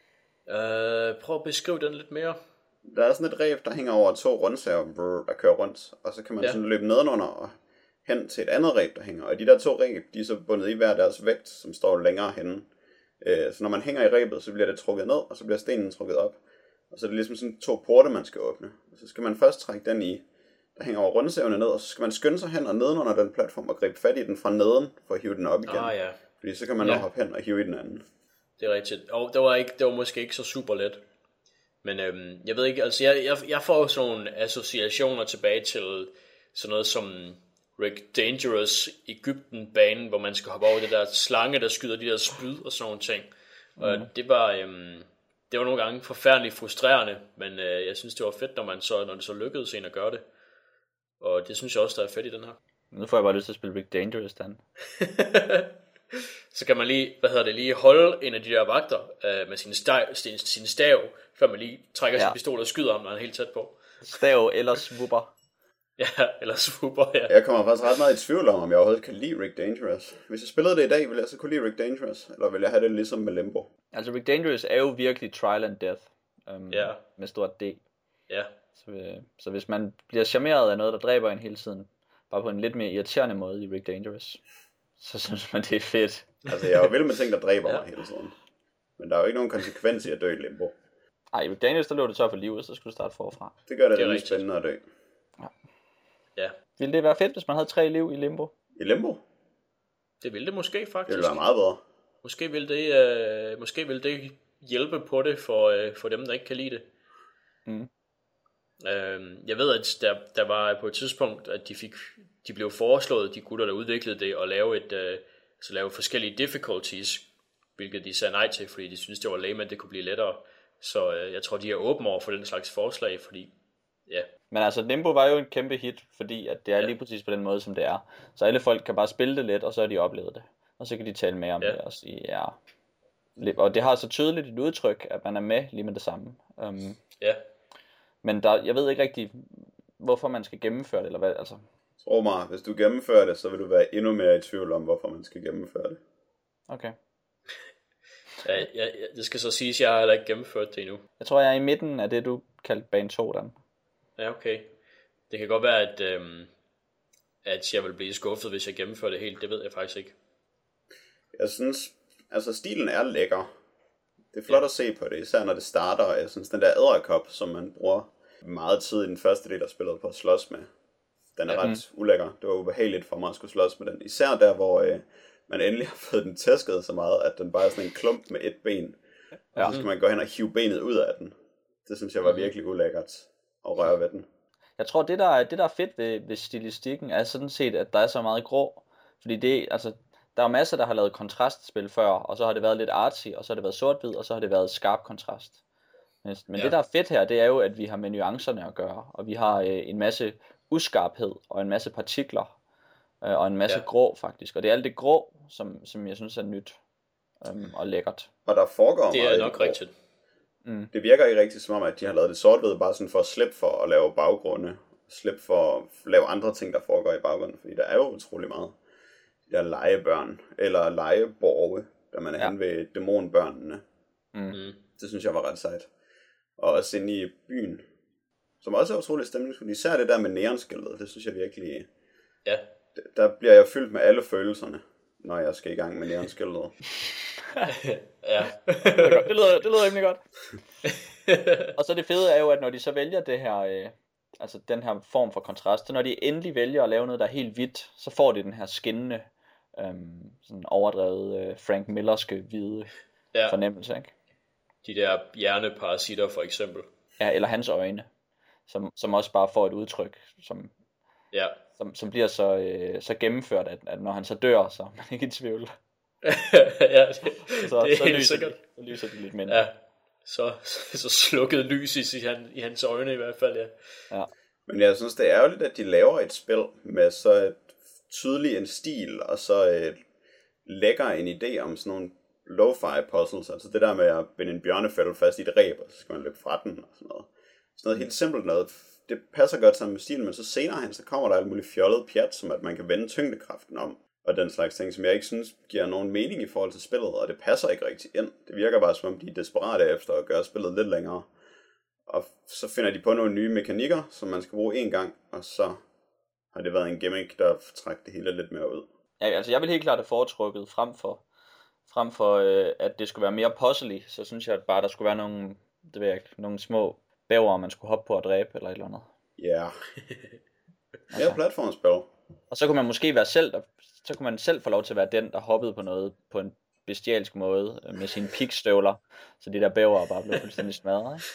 Prøv at beskrive den lidt mere. Der er sådan et reb, der hænger over 2 rundsager, der kører rundt. Og så kan man sådan løbe nedenunder og hen til et andet reb, der hænger. Og de der 2 reb, de er så bundet i hver deres vægt, som står længere henne. Så når man hænger i rebet, så bliver det trukket ned, og så bliver stenen trukket op. Og så er det ligesom sådan 2 porte, man skal åbne. Og så skal man først trække den i, der hænger over rundsævne ned, og så skal man skynde sig hen og nedenunder den platform og gribe fat i den fra neden, for at hive den op igen. Ja. Fordi så kan man nå hoppe hen og hive i den anden. Det er rigtigt. Og det var måske ikke så super let. Men jeg ved ikke, altså jeg får sådan nogle associationer tilbage til sådan noget som Rick Dangerous Egypten-banen, hvor man skal hoppe over det der slange, der skyder de der spyd og sådan nogle ting. Og det var nogle gange forfærdeligt frustrerende, men jeg synes, det var fedt, når det så lykkedes en at gøre det. Og det synes jeg også, der er fedt i den her. Nu får jeg bare lyst til at spille Rick Dangerous, Dan. Så kan man lige holde en af de der vagter med sin stav, før man lige trækker sin pistol og skyder ham, når han er helt tæt på. Stav eller swooper. Ja, eller swooper, ja. Jeg kommer faktisk ret meget i tvivl om jeg overhovedet kan lide Rick Dangerous. Hvis jeg spillede det i dag, ville jeg så kunne lide Rick Dangerous, eller ville jeg have det ligesom med Limbo? Altså Rick Dangerous er jo virkelig trial and death, med stort D. Ja. Så hvis man bliver charmeret af noget, der dræber en hele tiden, bare på en lidt mere irriterende måde i Rick Dangerous, så synes man, det er fedt. Altså jeg er jo vild med ting, der dræber mig hele tiden. Men der er jo ikke nogen konsekvens i at dø i Limbo. Ej, i Rick Dangerous, der lå du så for livet, så skulle du starte forfra. Det gør det lidt spændende at dø. Ja. Ville det være fedt, hvis man havde 3 liv i Limbo? I Limbo? Det ville det måske faktisk. Det ville være meget bedre. Måske vil det hjælpe på det for dem, der ikke kan lide det. Jeg ved, at der var på et tidspunkt, at de blev foreslået, de gutter, der udviklede det, at lave forskellige difficulties, hvilket de sagde nej til, fordi de syntes, det var lame, at det kunne blive lettere. Så jeg tror, de er åbne over for den slags forslag, fordi Ja, Men altså, Limbo var jo en kæmpe hit, fordi at det er lige præcis på den måde, som det er. Så alle folk kan bare spille det lidt, og så har de oplevet det. Og så kan de tale mere om det og sige, ja. Og det har så tydeligt et udtryk, at man er med lige med det samme. ja. Men jeg ved ikke rigtig, hvorfor man skal gennemføre det, eller hvad, altså. Tro mig, hvis du gennemfører det, så vil du være endnu mere i tvivl om, hvorfor man skal gennemføre det. Okay. Ja, det skal så siges, at jeg har heller ikke gennemført det endnu. Jeg tror, jeg er i midten af det, du kaldte bane 2, Dan. Ja, okay. Det kan godt være, at jeg vil blive skuffet, hvis jeg gennemfører det helt. Det ved jeg faktisk ikke. Jeg synes, altså stilen er lækker. Det er flot at se på det, især når det starter. Og jeg synes, den der edderkop, som man bruger meget tid i den første del af spillet på at slås med, den er ret ulækker. Det var ubehageligt for mig at skulle slås med den. Især der, hvor man endelig har fået den tæsket så meget, at den bare er sådan en klump med et ben. Og så skal man gå hen og hive benet ud af den. Det synes jeg var virkelig ulækkert at røre ved den. Jeg tror, det der er fedt ved stilistikken, er sådan set, at der er så meget grå. Fordi det, altså, der er masser, der har lavet kontrastspil før, og så har det været lidt artsy, og så har det været sort-hvid, og så har det været skarp kontrast. Men det, der er fedt her, det er jo, at vi har med nuancerne at gøre, og vi har en masse uskarphed, og en masse partikler, og en masse grå faktisk. Og det er alt det grå, som jeg synes er nyt og lækkert. Og der foregår det er nok rigtigt. Det virker ikke rigtig som om, at de har lavet det sort-hvid, bare sådan for at slippe for at lave baggrunde, slippe for at lave andre ting, der foregår i baggrunden, fordi der er jo utrolig meget. De der legebørn, eller legeborge, der man er hen ved dæmonbørnene. Det synes jeg var ret sejt. Og også inde i byen, som også er utrolig stemningsfuld. Især det der med neonskiltet, det synes jeg virkelig... Ja. Der bliver jeg fyldt med alle følelserne, når jeg skal i gang med neonskiltet. Ja. Det lyder rimelig godt. Og så det fede er jo, at når de så vælger det her, altså den her form for kontrast, så når de endelig vælger at lave noget, der er helt hvidt, så får de den her skinnende, sådan overdrevet Frank Millerske hvide fornemmelse, ikke? De der hjerneparasitter for eksempel. Ja, eller hans øjne, som også bare får et udtryk, som bliver så gennemført, at når han så dør, så er man ikke i tvivl. Ja, det er helt sikkert. Så lyser det lidt mindre. Ja, så slukket lys i hans øjne i hvert fald, ja. Men jeg synes, det er ærgerligt, at de laver et spil med så tydelig en stil, og så lækker en idé om sådan nogle lo-fi puzzles, altså det der med at binde en bjørnefælde fast i et reb, og så skal man løbe fra den, og sådan noget. Sådan noget helt simpelt noget. Det passer godt sammen med stilen, men så senere hen, så kommer der alt muligt fjollet pjat, som at man kan vende tyngdekraften om, og den slags ting, som jeg ikke synes giver nogen mening i forhold til spillet, og det passer ikke rigtig ind. Det virker bare som om, de er desperate efter at gøre spillet lidt længere. Og så finder de på nogle nye mekanikker, som man skal bruge en gang, og så har det været en gimmick, der trækker det hele lidt mere ud. Ja, altså jeg vil helt klart have foretrukket frem for at det skulle være mere puzzly, så synes jeg at bare, der skulle være nogle små bæver, man skulle hoppe på og dræbe, eller et eller andet. Ja. Mere platformspil. Og så kunne man måske være så kunne man selv få lov til at være den, der hoppede på noget på en bestialsk måde, med sine pikstøvler, så de der bæver bare blev fuldstændig smadret, ikke?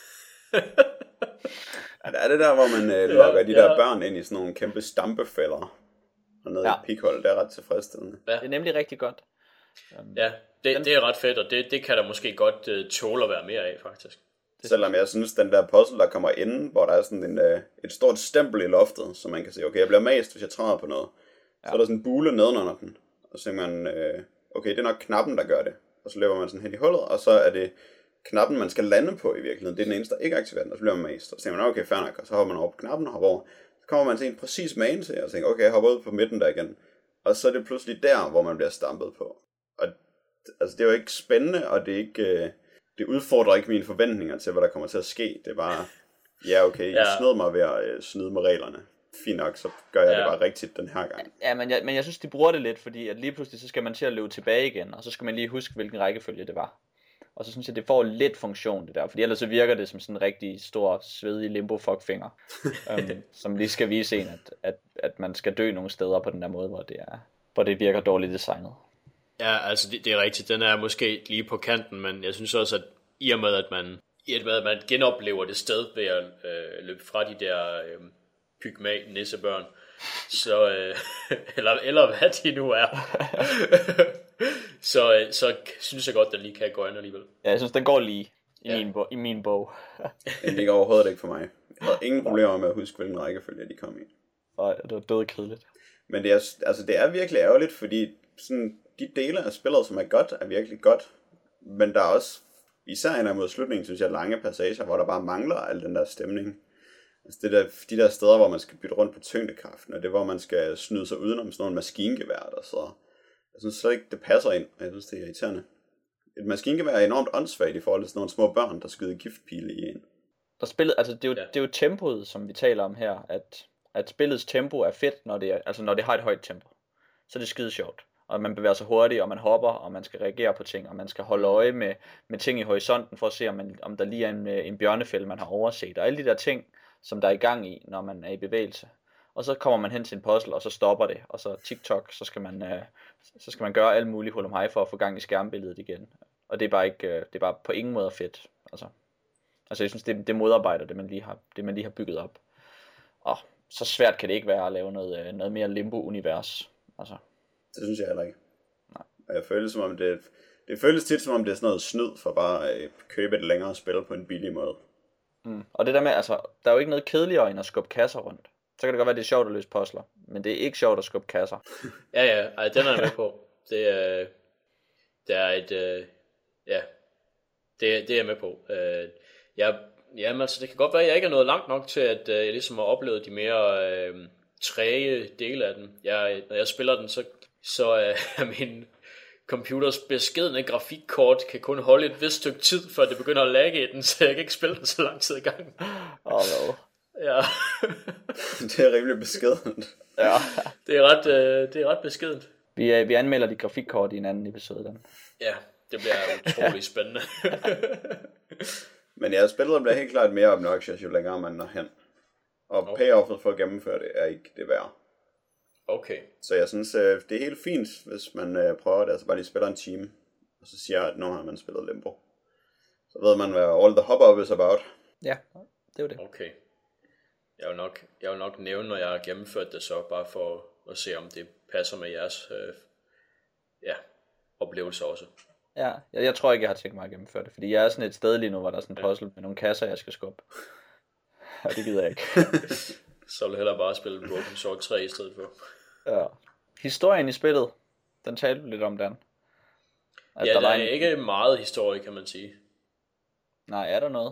Ja, der er det der, hvor man lokker de der børn ind i sådan nogle kæmpe stampefælder, og noget i pikhold, det er ret tilfredsstillende. Ja. Det er nemlig rigtig godt. Ja, det er ret fedt, og det kan der måske godt tåle at være mere af, faktisk. Selvom jeg synes, den der puzzle, der kommer inden, hvor der er sådan et stort stempel i loftet, så man kan sige, okay, jeg bliver mast, hvis jeg træder på noget. Så er der sådan en bule nedenunder den, og så tænker man, okay, det er nok knappen, der gør det. Og så løber man sådan hen i hullet, og så er det knappen, man skal lande på i virkeligheden. Det er den eneste, der ikke aktiverer den, og så bliver man mast. Og så tænker man, okay, fair nok, og så hopper man over på knappen og hopper over. Så kommer man til en præcis mane til, og tænker, okay, jeg hopper ud på midten der igen. Og så er det pludselig der, hvor man bliver stampet på. Og altså, det er jo ikke spændende, og det er ikke... Det udfordrer ikke mine forventninger til, hvad der kommer til at ske. Det er bare, ja okay, jeg snød mig ved at snyde med reglerne. Fint nok, så gør jeg det bare rigtigt den her gang. Ja, men jeg synes, de bruger det lidt, fordi at lige pludselig, så skal man til at løbe tilbage igen, og så skal man lige huske, hvilken rækkefølge det var. Og så synes jeg, det får lidt funktion, det der, fordi ellers så virker det som sådan en rigtig stor, svedig limbo-fuckfinger, som lige skal vise en, at man skal dø nogle steder på den der måde, hvor det virker dårligt designet. Ja, altså det er rigtigt. Den er måske lige på kanten, men jeg synes også, at i og med, at man genoplever det sted ved at løbe fra de der pygmæ-nissebørn, så, eller hvad de nu er, så synes jeg godt, at den lige kan gå ind alligevel. Ja, jeg synes, den går lige i min bog. Den ligger overhovedet ikke for mig. havde ingen problemer med at huske, hvilken rækkefølge de kom i. Nej, det var dødkedeligt. Men det er virkelig ærgerligt, fordi sådan, de dele af spillet, som er godt, er virkelig godt. Men der er også, især hen mod slutningen, synes jeg, lange passager, hvor der bare mangler al den der stemning. Altså de der steder, hvor man skal bytte rundt på tyngdekraften, og det hvor man skal snyde sig udenom sådan nogle maskingevær, og så. Jeg synes så ikke, det passer ind, og jeg synes, det er irriterende. Et maskingevær er enormt åndssvagt i forhold til sådan nogle små børn, der skyder giftpile i en. Der spillet, altså det er jo tempoet, som vi taler om her, at spillets tempo er fedt, når det har et højt tempo. Så det er skide sjovt. Og man bevæger sig hurtigt, og man hopper, og man skal reagere på ting, og man skal holde øje med ting i horisonten, for at se, om der lige er en bjørnefælde, man har overset. Og alle de der ting, som der er i gang i, når man er i bevægelse. Og så kommer man hen til en puzzle, og så stopper det. Og så TikTok, så skal man gøre alle mulige hul om hej for at få gang i skærmbilledet igen. Og det er bare på ingen måde fedt. Altså jeg synes, det modarbejder det, man lige har bygget op. Og så svært kan det ikke være at lave noget mere limbo-univers. Altså. Det synes jeg heller ikke. Nej. Og jeg føler som om det føles tit som om det er sådan noget snyd for bare at købe et længere spil på en billig måde. Og det der med, altså, der er jo ikke noget kedeligere end at skubbe kasser rundt. Så kan det godt være, det er sjovt at løse puzzler, men det er ikke sjovt at skubbe kasser. Ja, ej, den er jeg med på. Det er jeg med på. Jamen altså, det kan godt være, at jeg ikke er nået langt nok til, at jeg ligesom har oplevet de mere træge dele af den. Når jeg spiller den, så er min computers beskedne grafikkort kan kun holde et vist stykke tid, før det begynder at lagge i den, så jeg kan ikke spille den så lang tid i gang. No. Ja. Det er rimelig beskedent. Ja. Det er ret beskedent. Vi anmelder de grafikkort i en anden episode. Den. Ja, det bliver utrolig spændende. Men spillet bliver helt klart mere obnoxious, jo længere man når hen. Og payoffet for at gennemføre det er ikke det værd. Okay. Så jeg synes, det er helt fint, hvis man prøver det. Altså bare lige spiller en time, og så siger at nu har man spillet Limbo. Så ved man, hvad all the hop-up is about. Ja, det er jo det. Okay. Jeg vil nok nævne, når jeg har gennemført det så, bare for at se, om det passer med jeres oplevelser også. Ja, jeg tror ikke, jeg har tænkt mig at gennemføre det, fordi jeg er sådan et sted lige nu, hvor der er sådan en puzzle med nogle kasser, jeg skal skubbe. Og det gider jeg ikke. Så vil jeg hellere bare spille Broken Sword 3 i stedet for. Ja. Historien i spillet, den talte du lidt om, Dan. Altså, der er ikke meget historie, kan man sige. Nej, er der noget?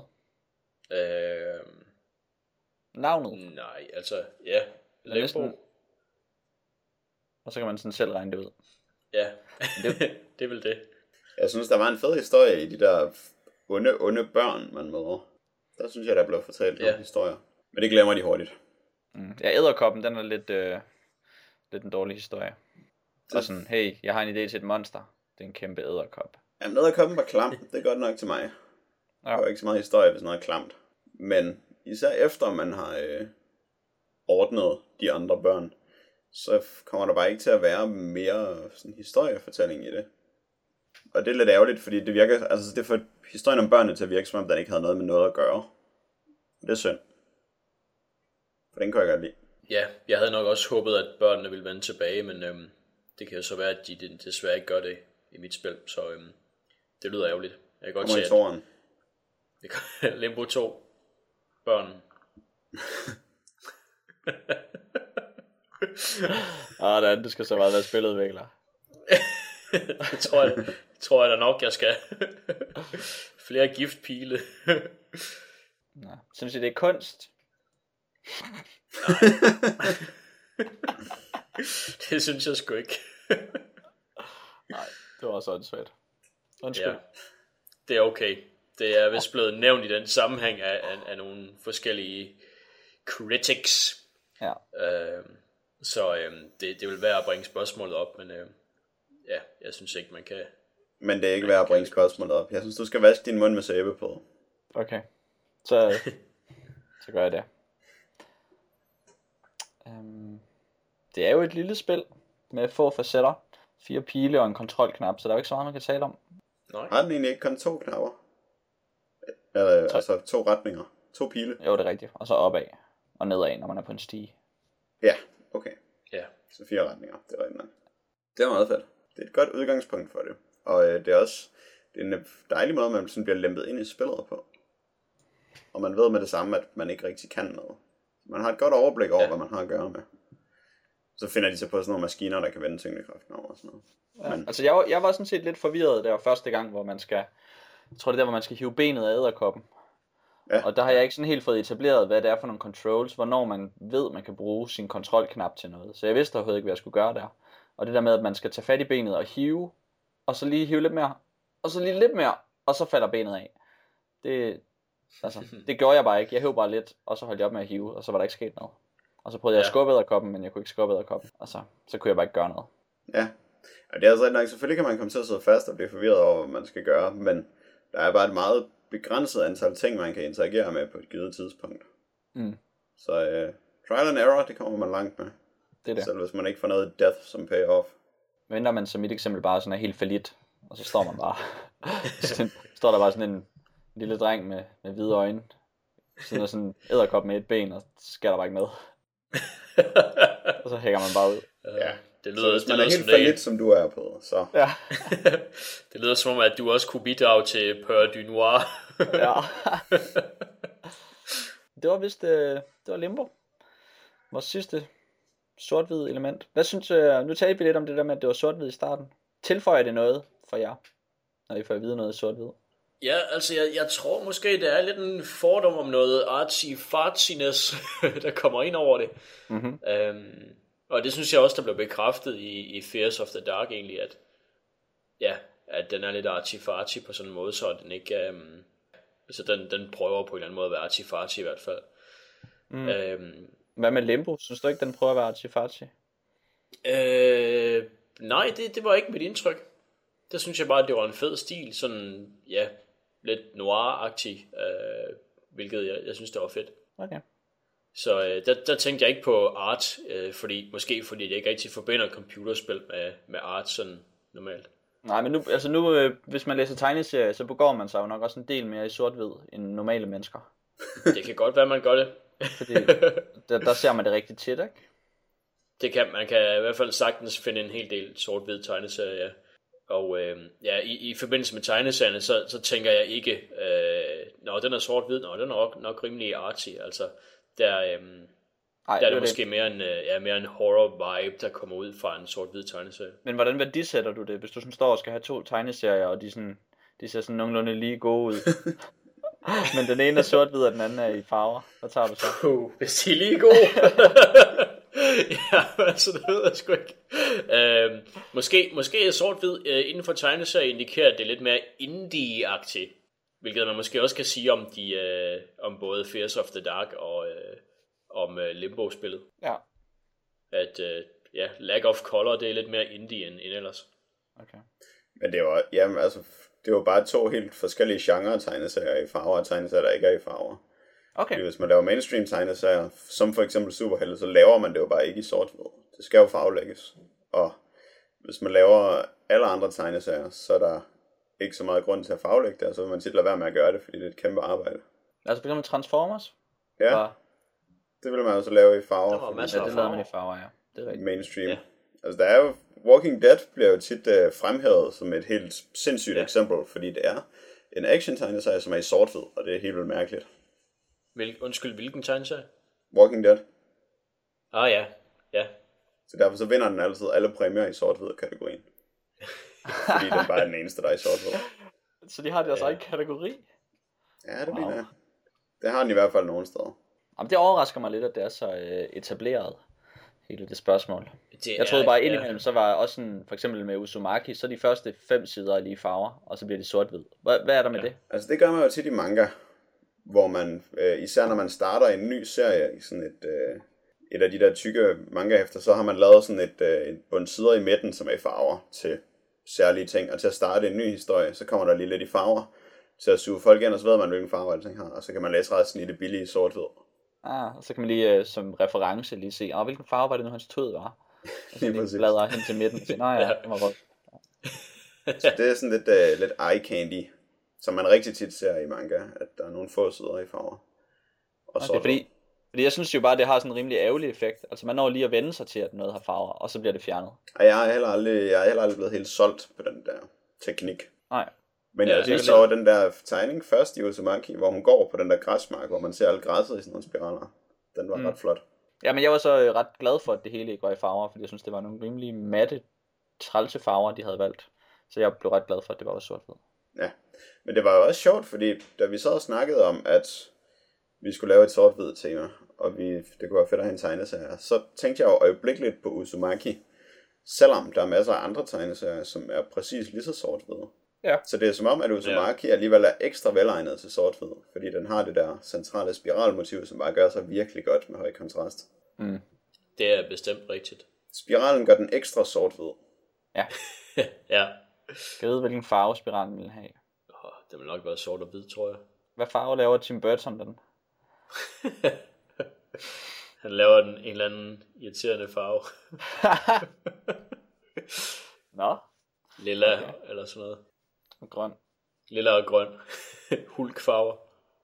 Navnet? Nej, altså, ja. Limbo. Og så kan man sådan selv regne det ud. Ja, det er vel det. Jeg synes, der var en fed historie i de der onde børn, man møder. Der synes jeg, der blev fortalt nogle historier. Men det glemmer de hurtigt. Ja, edderkoppen, den er lidt en dårlig historie. Og sådan, hey, jeg har en idé til et monster. Det er en kæmpe edderkop. Jamen, edderkoppen var klam. Det er godt nok til mig. Ja. Der var ikke så meget historie, hvis noget er klamt. Men især efter man har ordnet de andre børn, så kommer der bare ikke til at være mere sådan historiefortælling i det. Og det er lidt ærgerligt, fordi det virker, altså det får historien om børnene til at virke, som om den ikke havde noget med noget at gøre. Det er synd. For den kan jeg godt lide. Ja, jeg havde nok også håbet, at børnene ville vende tilbage, men det kan jo så være, at de desværre ikke gør det i mit spil, så det lyder ærgerligt. Jeg kan godt se, at Limbo 2, børn. Det skal så meget være spiludvikler. Det tror jeg da nok, jeg skal. Flere giftpile. Synes I, det er kunst? Det synes jeg sgu ikke. Nej, det var også åndssvagt. Undskyld. Ja, det er okay. Det er vist blevet nævnt i den sammenhæng af nogle forskellige critics. Ja. Så det vil være at bringe spørgsmålet op, men jeg synes ikke, man kan... Men det er ikke værd at bringe spørgsmålet op. Jeg synes, du skal vaske din mund med sæbe på. Okay. Så gør jeg det. Det er jo et lille spil med få facetter, 4 pile og en kontrolknap, så der er jo ikke så meget, man kan tale om. Nej. Har den egentlig ikke kun 2 knapper? Eller, altså 2 retninger? 2 pile? Jo, det er rigtigt. Og så opad og nedad, når man er på en stige. Ja, okay. Ja. Så 4 retninger, det er rigtigt nok. Det er meget fedt. Det er et godt udgangspunkt for det. Og det er også en dejlig måde, man sådan bliver lempet ind i spillet på. og man ved med det samme, at man ikke rigtig kan noget. Man har et godt overblik over, hvad man har at gøre med. Så finder de sig på sådan nogle maskiner, der kan vende tyngdekraften over og sådan noget. Ja, men... Altså jeg var sådan set lidt forvirret der første gang, hvor man skal, jeg tror det er der, hvor man skal hive benet af edderkoppen. Ja. Og der har jeg ikke sådan helt fået etableret, hvad det er for nogle controls, hvornår man ved, man kan bruge sin kontrolknap til noget. Så jeg vidste overhovedet ikke, hvad jeg skulle gøre der. Og det der med, at man skal tage fat i benet og hive, og så lige hive lidt mere, og så lige lidt mere, og så falder benet af. Det gjorde jeg bare ikke. Jeg hævde bare lidt, og så holdt jeg op med at hive, og så var der ikke sket noget. Og så prøvede jeg at skubbe edderkoppen, men jeg kunne ikke skubbe edderkoppen, og så kunne jeg bare ikke gøre noget. Ja, og det er altså nok, selvfølgelig kan man komme til at sidde fast og blive forvirret over, hvad man skal gøre, men der er bare et meget begrænset antal ting, man kan interagere med på et givet tidspunkt. Så trial and error, det kommer man langt med. Det er det. Selv hvis man ikke får noget death som payoff. Venter man som mit eksempel bare sådan er helt fallit, og så står man bare, så står der bare sådan en lille dreng med hvide øjne, sådan en edderkop med et ben, og sker der bare ikke noget. Og så hænger man bare ud. Ja, det lyder, så man er helt fallit, som du er på, så. Ja. Det lyder som om, at du også kunne bidrage til Peur du Noir. Ja. Det var vist, det var Limbo. Vores sidste sort-hvid element. Hvad synes du, nu talte vi lidt om det der med, at det var sort-hvid i starten. Tilføjer det noget for jer, når I får at vide noget sort-hvid? Ja, altså jeg tror måske, det er lidt en fordom om noget artsy-fartsiness, der kommer ind over det. Mm-hmm. Og det synes jeg også, der blev bekræftet i Fears of the Dark egentlig, at den er lidt artsy-fartsy på sådan en måde, så den ikke... så den prøver på en eller anden måde at være artsy-fartsy i hvert fald. Hvad med Limbo? Synes du ikke, den prøver at være artsy-fartsy? Nej, det var ikke mit indtryk. Der synes jeg bare, at det var en fed stil, sådan, ja, lidt noir-agtig, hvilket jeg synes, det var fedt. Okay. Så der tænkte jeg ikke på art, fordi jeg ikke rigtig forbinder computerspil med art sådan normalt. Nej, men nu hvis man læser tegneserier, så begår man sig jo nok også en del mere i sort-hvid end normale mennesker. Det kan godt være, man gør det. Fordi der ser man det rigtig tit, ikke? Man kan i hvert fald sagtens finde en hel del sort-hvid tegneserier, ja. Og i forbindelse med tegneserierne, så tænker jeg ikke, når den er sort-hvid, den er nok rimelig artsy, altså der er det måske mere en horror-vibe, der kommer ud fra en sort-hvid tegneserie. Men hvordan værdisætter du det, hvis du sådan står og skal have 2 tegneserier, og de ser sådan nogenlunde lige gode ud? Men den ene er sort-hvid, og den anden er i farver. Hvad tager du så? Hvis de er lige gode. Ja, altså det ved jeg sgu ikke. Måske er sort-hvid inden for tegneserie indikerer, at det er lidt mere indie-agtigt. Hvilket man måske også kan sige om både Fears of the Dark og om Limbo-spillet. Ja. At lack of color, det er lidt mere indie end ellers. Okay. Men det var bare 2 helt forskellige genrer tegneserier i farver og tegneserier, der ikke er i farver. Okay. Fordi hvis man laver mainstream tegneserier, som for eksempel superhelte, så laver man det jo bare ikke i sort-hvid. Det skal jo farvelægges. Og hvis man laver alle andre tegneserier, så er der ikke så meget grund til at farvelægge det, og så vil man tit lade være med at gøre det, fordi det er et kæmpe arbejde. Altså for eksempel Transformers? Ja, det vil man også lave i farver. Der var masser af det lavede man i farver, ja. Det er rigtigt. Mainstream. Ja. Altså der er jo, Walking Dead bliver jo tit fremhævet som et helt sindssygt eksempel, fordi det er en action-tegneserie, som er i sort-hvid, og det er helt vildt mærkeligt. Hvilken tegneserie? Walking Dead. Ja. Så derfor så vinder den altid alle præmier i sort-hvid kategorien. Fordi den bare er den eneste, der er i sort-hvid. Så de har deres egen kategori? Ja, det mener jeg. Det har den i hvert fald nogle steder. Jamen, det overrasker mig lidt, at det er så etableret, hele det spørgsmål. Jeg troede bare indimellem, så var også sådan, for eksempel med Uzumaki, så de første 5 sider er lige farver, og så bliver det sort-hvid. Hvad er der med det? Altså det gør man jo tit i manga, hvor man, især når man starter en ny serie i sådan et af de der tykke manga-hæfter, så har man lavet sådan et bund sider i midten, som er i farver til særlige ting, og til at starte en ny historie, så kommer der lige lidt i farver, til at suge folk ind, og så ved man, hvilken farve alting har, og så kan man læse resten i det billige sort-hvid. Og så kan man lige som reference lige se, hvilken farve var det nu, hans tød var? Og så lige bladrer hen til midten og siger, det var godt. Så det er sådan lidt eye candy, som man rigtig tit ser i manga, at der er nogle få sider i farver. Og okay, fordi jeg synes jo bare, det har sådan en rimelig ærgerlig effekt. Altså man når lige at vende sig til, at noget har farver, og så bliver det fjernet. Og jeg er heller aldrig blevet helt solgt på den der teknik. Nej. Men jeg synes så den der tegning først i Uzumaki, hvor hun går på den der græsmark, hvor man ser alt græsset i sådan nogle spiraler. Den var ret flot. Ja, men jeg var så ret glad for, at det hele ikke var i farver, fordi jeg synes, det var nogle rimelig matte, trælse farver, de havde valgt. Så jeg blev ret glad for, at det var sort-hvid. Ja, men det var jo også sjovt, fordi da vi så og snakkede om, at vi skulle lave et sort-hvid tema, og det kunne være fedt at have en tegneserie, så tænkte jeg jo øjeblikkeligt på Uzumaki, selvom der er masser af andre tegneserier, som er præcis lige så sort-hvide. Ja. Så det er som om, at Uzumaki alligevel er ekstra velegnet til sort-hvid, fordi den har det der centrale spiralmotiv, som bare gør sig virkelig godt med høj kontrast. Det er bestemt rigtigt. Spiralen gør den ekstra sort-hvid. Ja. Ja. Jeg ved, hvilken farve spiralen vil have. Det vil nok være sort og hvid, tror jeg. Hvad farve laver Tim Burton den? Han laver den en eller anden irriterende farve. Nå. Lilla eller sådan noget. Og grøn. Lilla og grøn. Hulkfarver.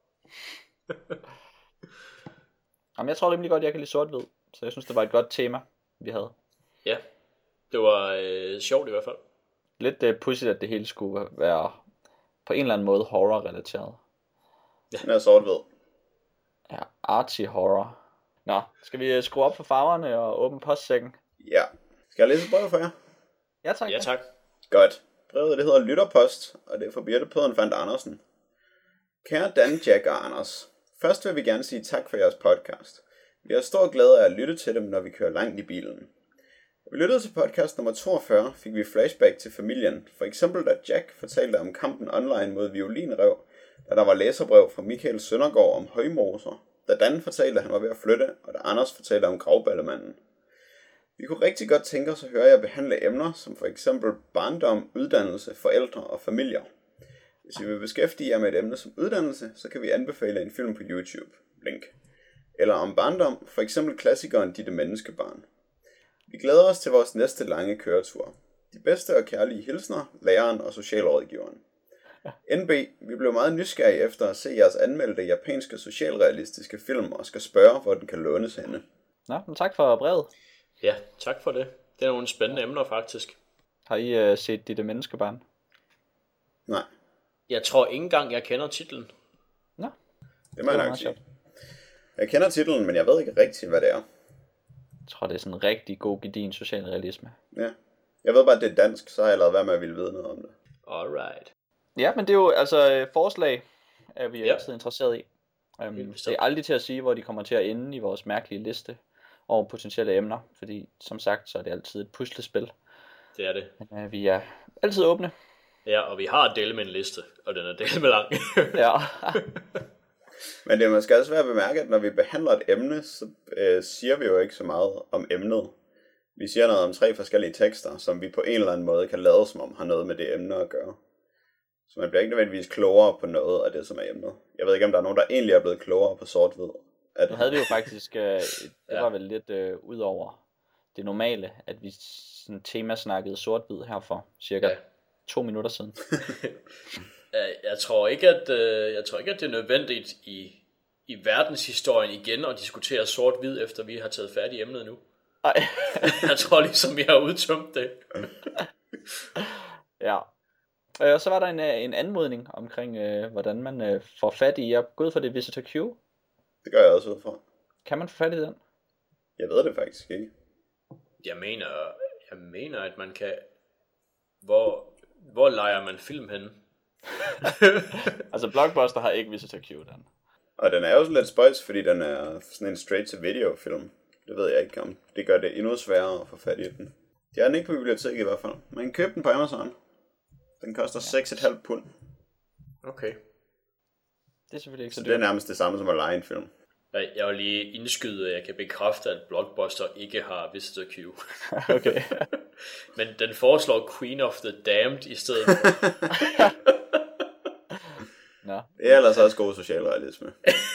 Jamen, jeg tror rimelig godt, jeg kan lide sort-hvid. Så jeg synes, det var et godt tema, vi havde. Ja, det var sjovt i hvert fald. Lidt pudsigt, at det hele skulle være på en eller anden måde horror-relateret. Den er sort-hvid. Ja, artsy horror. Nå, skal vi skrue op for farverne og åbne postsækken? Ja. Skal jeg læse et brev for jer? Ja, tak. Ja, tak. Godt. Brevet det hedder Lytterpost, og det er fra Birte Pøderen Fandt Andersen. Kære Dan, Jack og Anders. Først vil vi gerne sige tak for jeres podcast. Vi har stor glæde af at lytte til dem, når vi kører langt i bilen. Da vi lyttede til podcast nummer 42, fik vi flashback til familien. For eksempel da Jack fortalte om kampen online mod violinrev, da der var læserbrev fra Michael Søndergaard om højmoser, da Dan fortalte, at han var ved at flytte, og da Anders fortalte om gravballemanden. Vi kunne rigtig godt tænke os at høre jer behandle emner, som for eksempel barndom, uddannelse, forældre og familier. Hvis I vil beskæftige jer med et emne som uddannelse, så kan vi anbefale en film på YouTube. Link. Eller om barndom, for eksempel klassikeren Ditte Menneskebarn. Vi glæder os til vores næste lange køretur. De bedste og kærlige hilsner, læreren og socialrådgiveren. NB, vi blev meget nysgerrige efter at se jeres anmeldte japanske socialrealistiske film og skal spørge, hvor den kan lånes henne. Nå, men tak for brevet. Ja, tak for det. Det er nogle spændende emner faktisk. Har I set Ditte Menneskebarn? Nej. Jeg tror ikke engang, jeg kender titlen. Nå. Det må jeg nok sige. Jeg kender titlen, men jeg ved ikke rigtig, hvad det er. Jeg tror, det er sådan en rigtig god gedigen socialrealisme. Ja. Jeg ved bare, at det er dansk, så har jeg lavet være med at ville vide noget om det. Alright. Ja, men det er jo altså forslag, er vi altid interesseret i. Det er aldrig til at sige, hvor de kommer til at ende i vores mærkelige liste over potentielle emner, fordi som sagt, så er det altid et puslespil. Det er det. Men vi er altid åbne. Ja, og vi har delt med en liste, og den er delt med lang. Ja. Men det er måske også værd at bemærke, at når vi behandler et emne, så siger vi jo ikke så meget om emnet. Vi siger noget om 3 forskellige tekster, som vi på en eller anden måde kan lade som om har noget med det emne at gøre. Så man bliver ikke nødvendigvis klogere på noget af det, som er emnet. Jeg ved ikke, om der er nogen, der egentlig er blevet klogere på sort-hvid. Nu havde vi jo faktisk, det var vel lidt ud over det normale, at vi sådan temasnakkede sort-hvid her for cirka 2 minutter siden. Jeg tror ikke, at det er nødvendigt i verdenshistorien igen at diskutere sort-hvid, efter vi har taget fat i emnet nu. Ej. Jeg tror ligesom, vi har udtømt det. Ja. Og så var der en anmodning omkring, hvordan man får fat i. Jeg går ud for det Visitor Q. Det gør jeg også ud fra. Kan man få fat i den? Jeg ved det faktisk ikke. Jeg mener, at man kan... Hvor lejer man film henne? Altså Blockbuster har ikke Visitor Q, den. Og den er jo sådan lidt spøjs, fordi den er sådan en straight-to-video film. Det ved jeg ikke om. Det gør det endnu sværere at få fat i den. Jeg er den ikke på biblioteket i hvert fald. Man kan købe den på Amazon. Den koster 6,5 pund. Okay. Det er selvfølgelig ikke så dyrt. Det er nærmest det samme som at lege en film. Jeg vil lige indskyde, at jeg kan bekræfte, at Blockbuster ikke har Visitor Q. Okay. Men den foreslår Queen of the Damned i stedet. Nå. Det er ellers også god socialrealisme.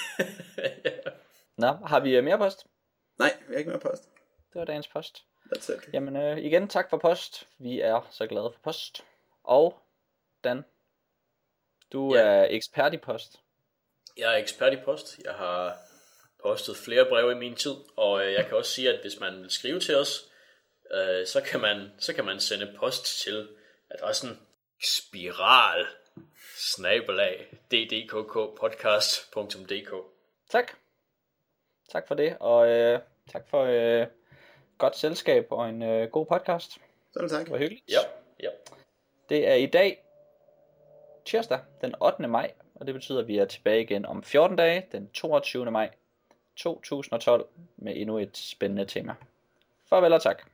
Nå, har vi mere post? Nej, vi har ikke mere post. Det var dagens post. That's it. Jamen igen, tak for post. Vi er så glade for post. Og Dan, du er ekspert i post. Jeg er ekspert i post. Jeg har postet flere breve i min tid, og jeg kan også sige, at hvis man vil skrive til os, så kan man sende post til adressen Spiral ddkkpodcast.dk. Tak. Tak for det, og tak for godt selskab og en god podcast. Selv tak. Det var hyggeligt. Ja. Det er i dag tirsdag den 8. maj, og det betyder, at vi er tilbage igen om 14 dage, den 22. maj 2012, med endnu et spændende tema. Farvel og tak.